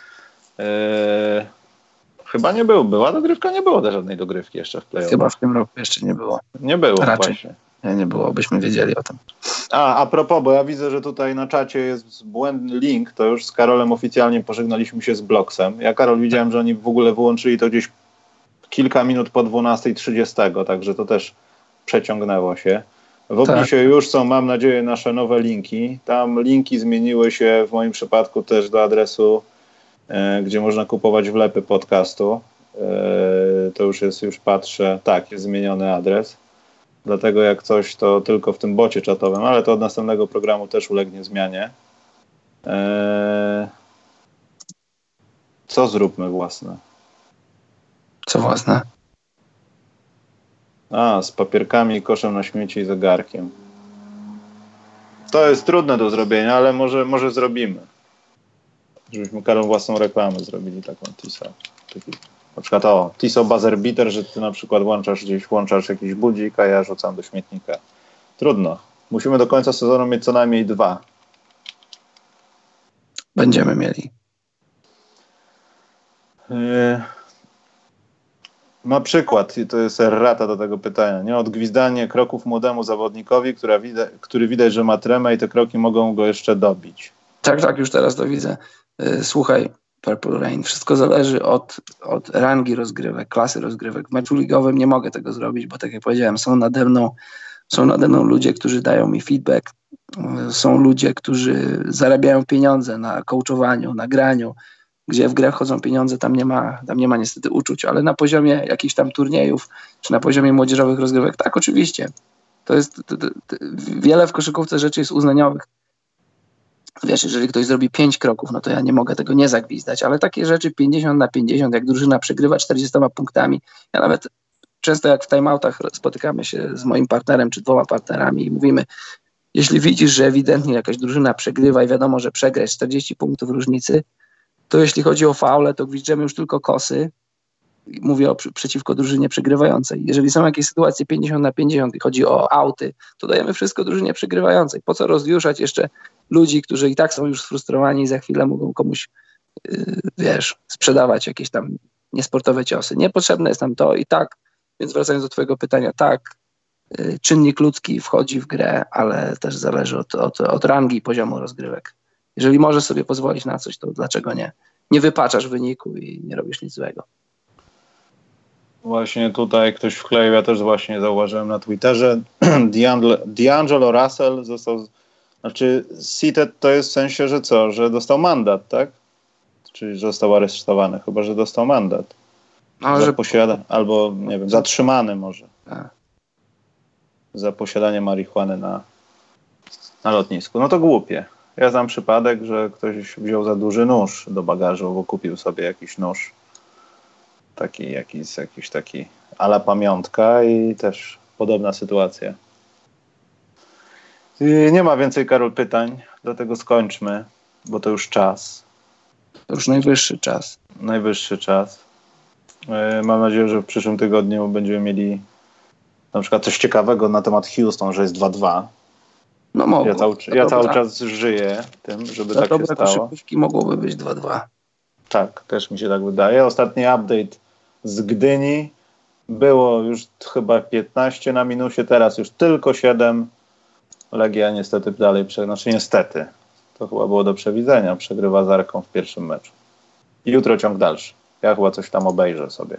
Chyba nie była dogrywka? Nie było żadnej dogrywki jeszcze w play-off. Chyba w tym roku jeszcze nie było. Nie było raczej. Właśnie. Nie było, byśmy wiedzieli o tym. A propos, bo ja widzę, że tutaj na czacie jest błędny link, to już z Karolem oficjalnie pożegnaliśmy się z Blocksem. Ja, Karol, widziałem, że oni w ogóle wyłączyli to gdzieś kilka minut po 12:30, także to też przeciągnęło się. W opisie już są, mam nadzieję, nasze nowe linki. Tam linki zmieniły się w moim przypadku też do adresu, gdzie można kupować wlepy podcastu. To już patrzę. Tak, jest zmieniony adres. Dlatego jak coś, to tylko w tym bocie czatowym, ale to od następnego programu też ulegnie zmianie. Co zróbmy własne? Co własne? Z papierkami, koszem na śmieci i zegarkiem. To jest trudne do zrobienia, ale może zrobimy. Żebyśmy Karol własną reklamę zrobili taką TISO. Na przykład TISO buzzer beater, że ty na przykład włączasz jakiś budzik, a ja rzucam do śmietnika. Trudno. Musimy do końca sezonu mieć co najmniej 2. Będziemy mieli. Na przykład, i to jest errata do tego pytania, nie? Odgwizdanie kroków młodemu zawodnikowi, który widać, że ma tremę i te kroki mogą go jeszcze dobić. Tak, już teraz to widzę. Słuchaj, Purple Rain, wszystko zależy od rangi rozgrywek, klasy rozgrywek. W meczu ligowym nie mogę tego zrobić, bo tak jak powiedziałem, są nade mną ludzie, którzy dają mi feedback. Są ludzie, którzy zarabiają pieniądze na coachowaniu, na graniu. Gdzie w grę wchodzą pieniądze, tam nie ma niestety uczuć, ale na poziomie jakichś tam turniejów, czy na poziomie młodzieżowych rozgrywek, tak, oczywiście. To jest wiele w koszykówce rzeczy jest uznaniowych. Wiesz, jeżeli ktoś zrobi 5 kroków, no to ja nie mogę tego nie zagwizdać, ale takie rzeczy 50-50, jak drużyna przegrywa 40 punktami, ja nawet często jak w timeoutach spotykamy się z moim partnerem, czy 2 partnerami i mówimy, jeśli widzisz, że ewidentnie jakaś drużyna przegrywa i wiadomo, że przegra jest 40 punktów różnicy, to jeśli chodzi o faule, to gwizdżemy już tylko kosy. Mówię przeciwko drużynie przegrywającej. Jeżeli są jakieś sytuacje 50-50 i chodzi o auty, to dajemy wszystko drużynie przegrywającej. Po co rozjuszać jeszcze ludzi, którzy i tak są już sfrustrowani i za chwilę mogą komuś, sprzedawać jakieś tam niesportowe ciosy. Niepotrzebne jest nam to i tak Więc wracając do twojego pytania, tak, czynnik ludzki wchodzi w grę, ale też zależy od rangi i poziomu rozgrywek. Jeżeli możesz sobie pozwolić na coś, to dlaczego nie? Nie wypaczasz wyniku i nie robisz nic złego. Właśnie tutaj ktoś wkleił, ja też właśnie zauważyłem na Twitterze, D'Angelo Russell został, znaczy seated to jest w sensie, że co, że dostał mandat, tak? Czyli że został aresztowany, chyba że dostał mandat. No, że posiada, albo nie wiem, zatrzymany może. A. Za posiadanie marihuany na lotnisku. No to głupie. Ja znam przypadek, że ktoś wziął za duży nóż do bagażu, bo kupił sobie jakiś nóż. Jakiś taki a la pamiątka i też podobna sytuacja. I nie ma więcej, Karol, pytań, dlatego skończmy, bo to już czas. To już najwyższy czas. Najwyższy czas. Mam nadzieję, że w przyszłym tygodniu będziemy mieli na przykład coś ciekawego na temat Houston, że jest 2-2. No mogło. Ja cały czas żyję tym, żeby tak się stało. Koszykówki mogłoby być 2-2. Tak, też mi się tak wydaje. Ostatni update z Gdyni było już chyba 15 na minusie, teraz już tylko 7. Legia niestety dalej, niestety, to chyba było do przewidzenia, przegrywa z Arką w pierwszym meczu. Jutro ciąg dalszy. Ja chyba coś tam obejrzę sobie.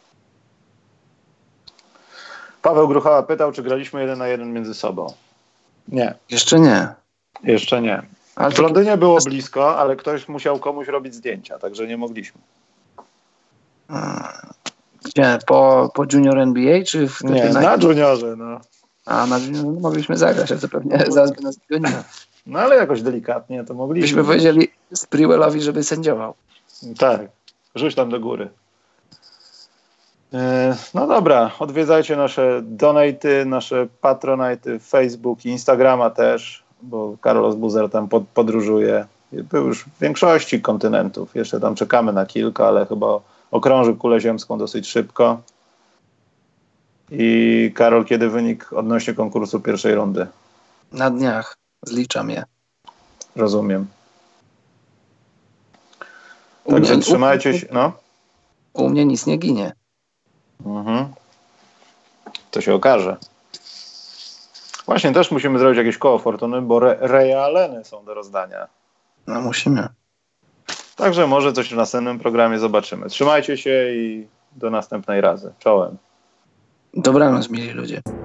Paweł Gruchała pytał, czy graliśmy 1-1 między sobą. Nie. Jeszcze nie. Jeszcze nie. Ale w Londynie było blisko, ale ktoś musiał komuś robić zdjęcia, także nie mogliśmy. Gdzie? Po Junior NBA, czy wtedy nie, na Juniorze, no. A na Juniorze mogliśmy zagrać, ale to pewnie zaraz by nas zgoniło. No ale jakoś delikatnie to mogliśmy. Byśmy powiedzieli Sprewellowi, żeby sędziował. Tak, rzuć tam do góry. No dobra, odwiedzajcie nasze donaty, nasze patronajty, Facebook i Instagrama też, bo Carlos Boozer tam podróżuje. Był już w większości kontynentów. Jeszcze tam czekamy na kilka, ale chyba okrąży kulę ziemską dosyć szybko. I Karol, kiedy wynik odnośnie konkursu pierwszej rundy? Na dniach. Zliczam je. Rozumiem. Także trzymajcie się. No. U mnie nic nie ginie. To się okaże. Właśnie też musimy zrobić jakieś koło fortuny, bo realeny są do rozdania. No musimy. Także może coś w następnym programie zobaczymy. Trzymajcie się i do następnej razy. Czołem. Dobranoc, mili ludzie.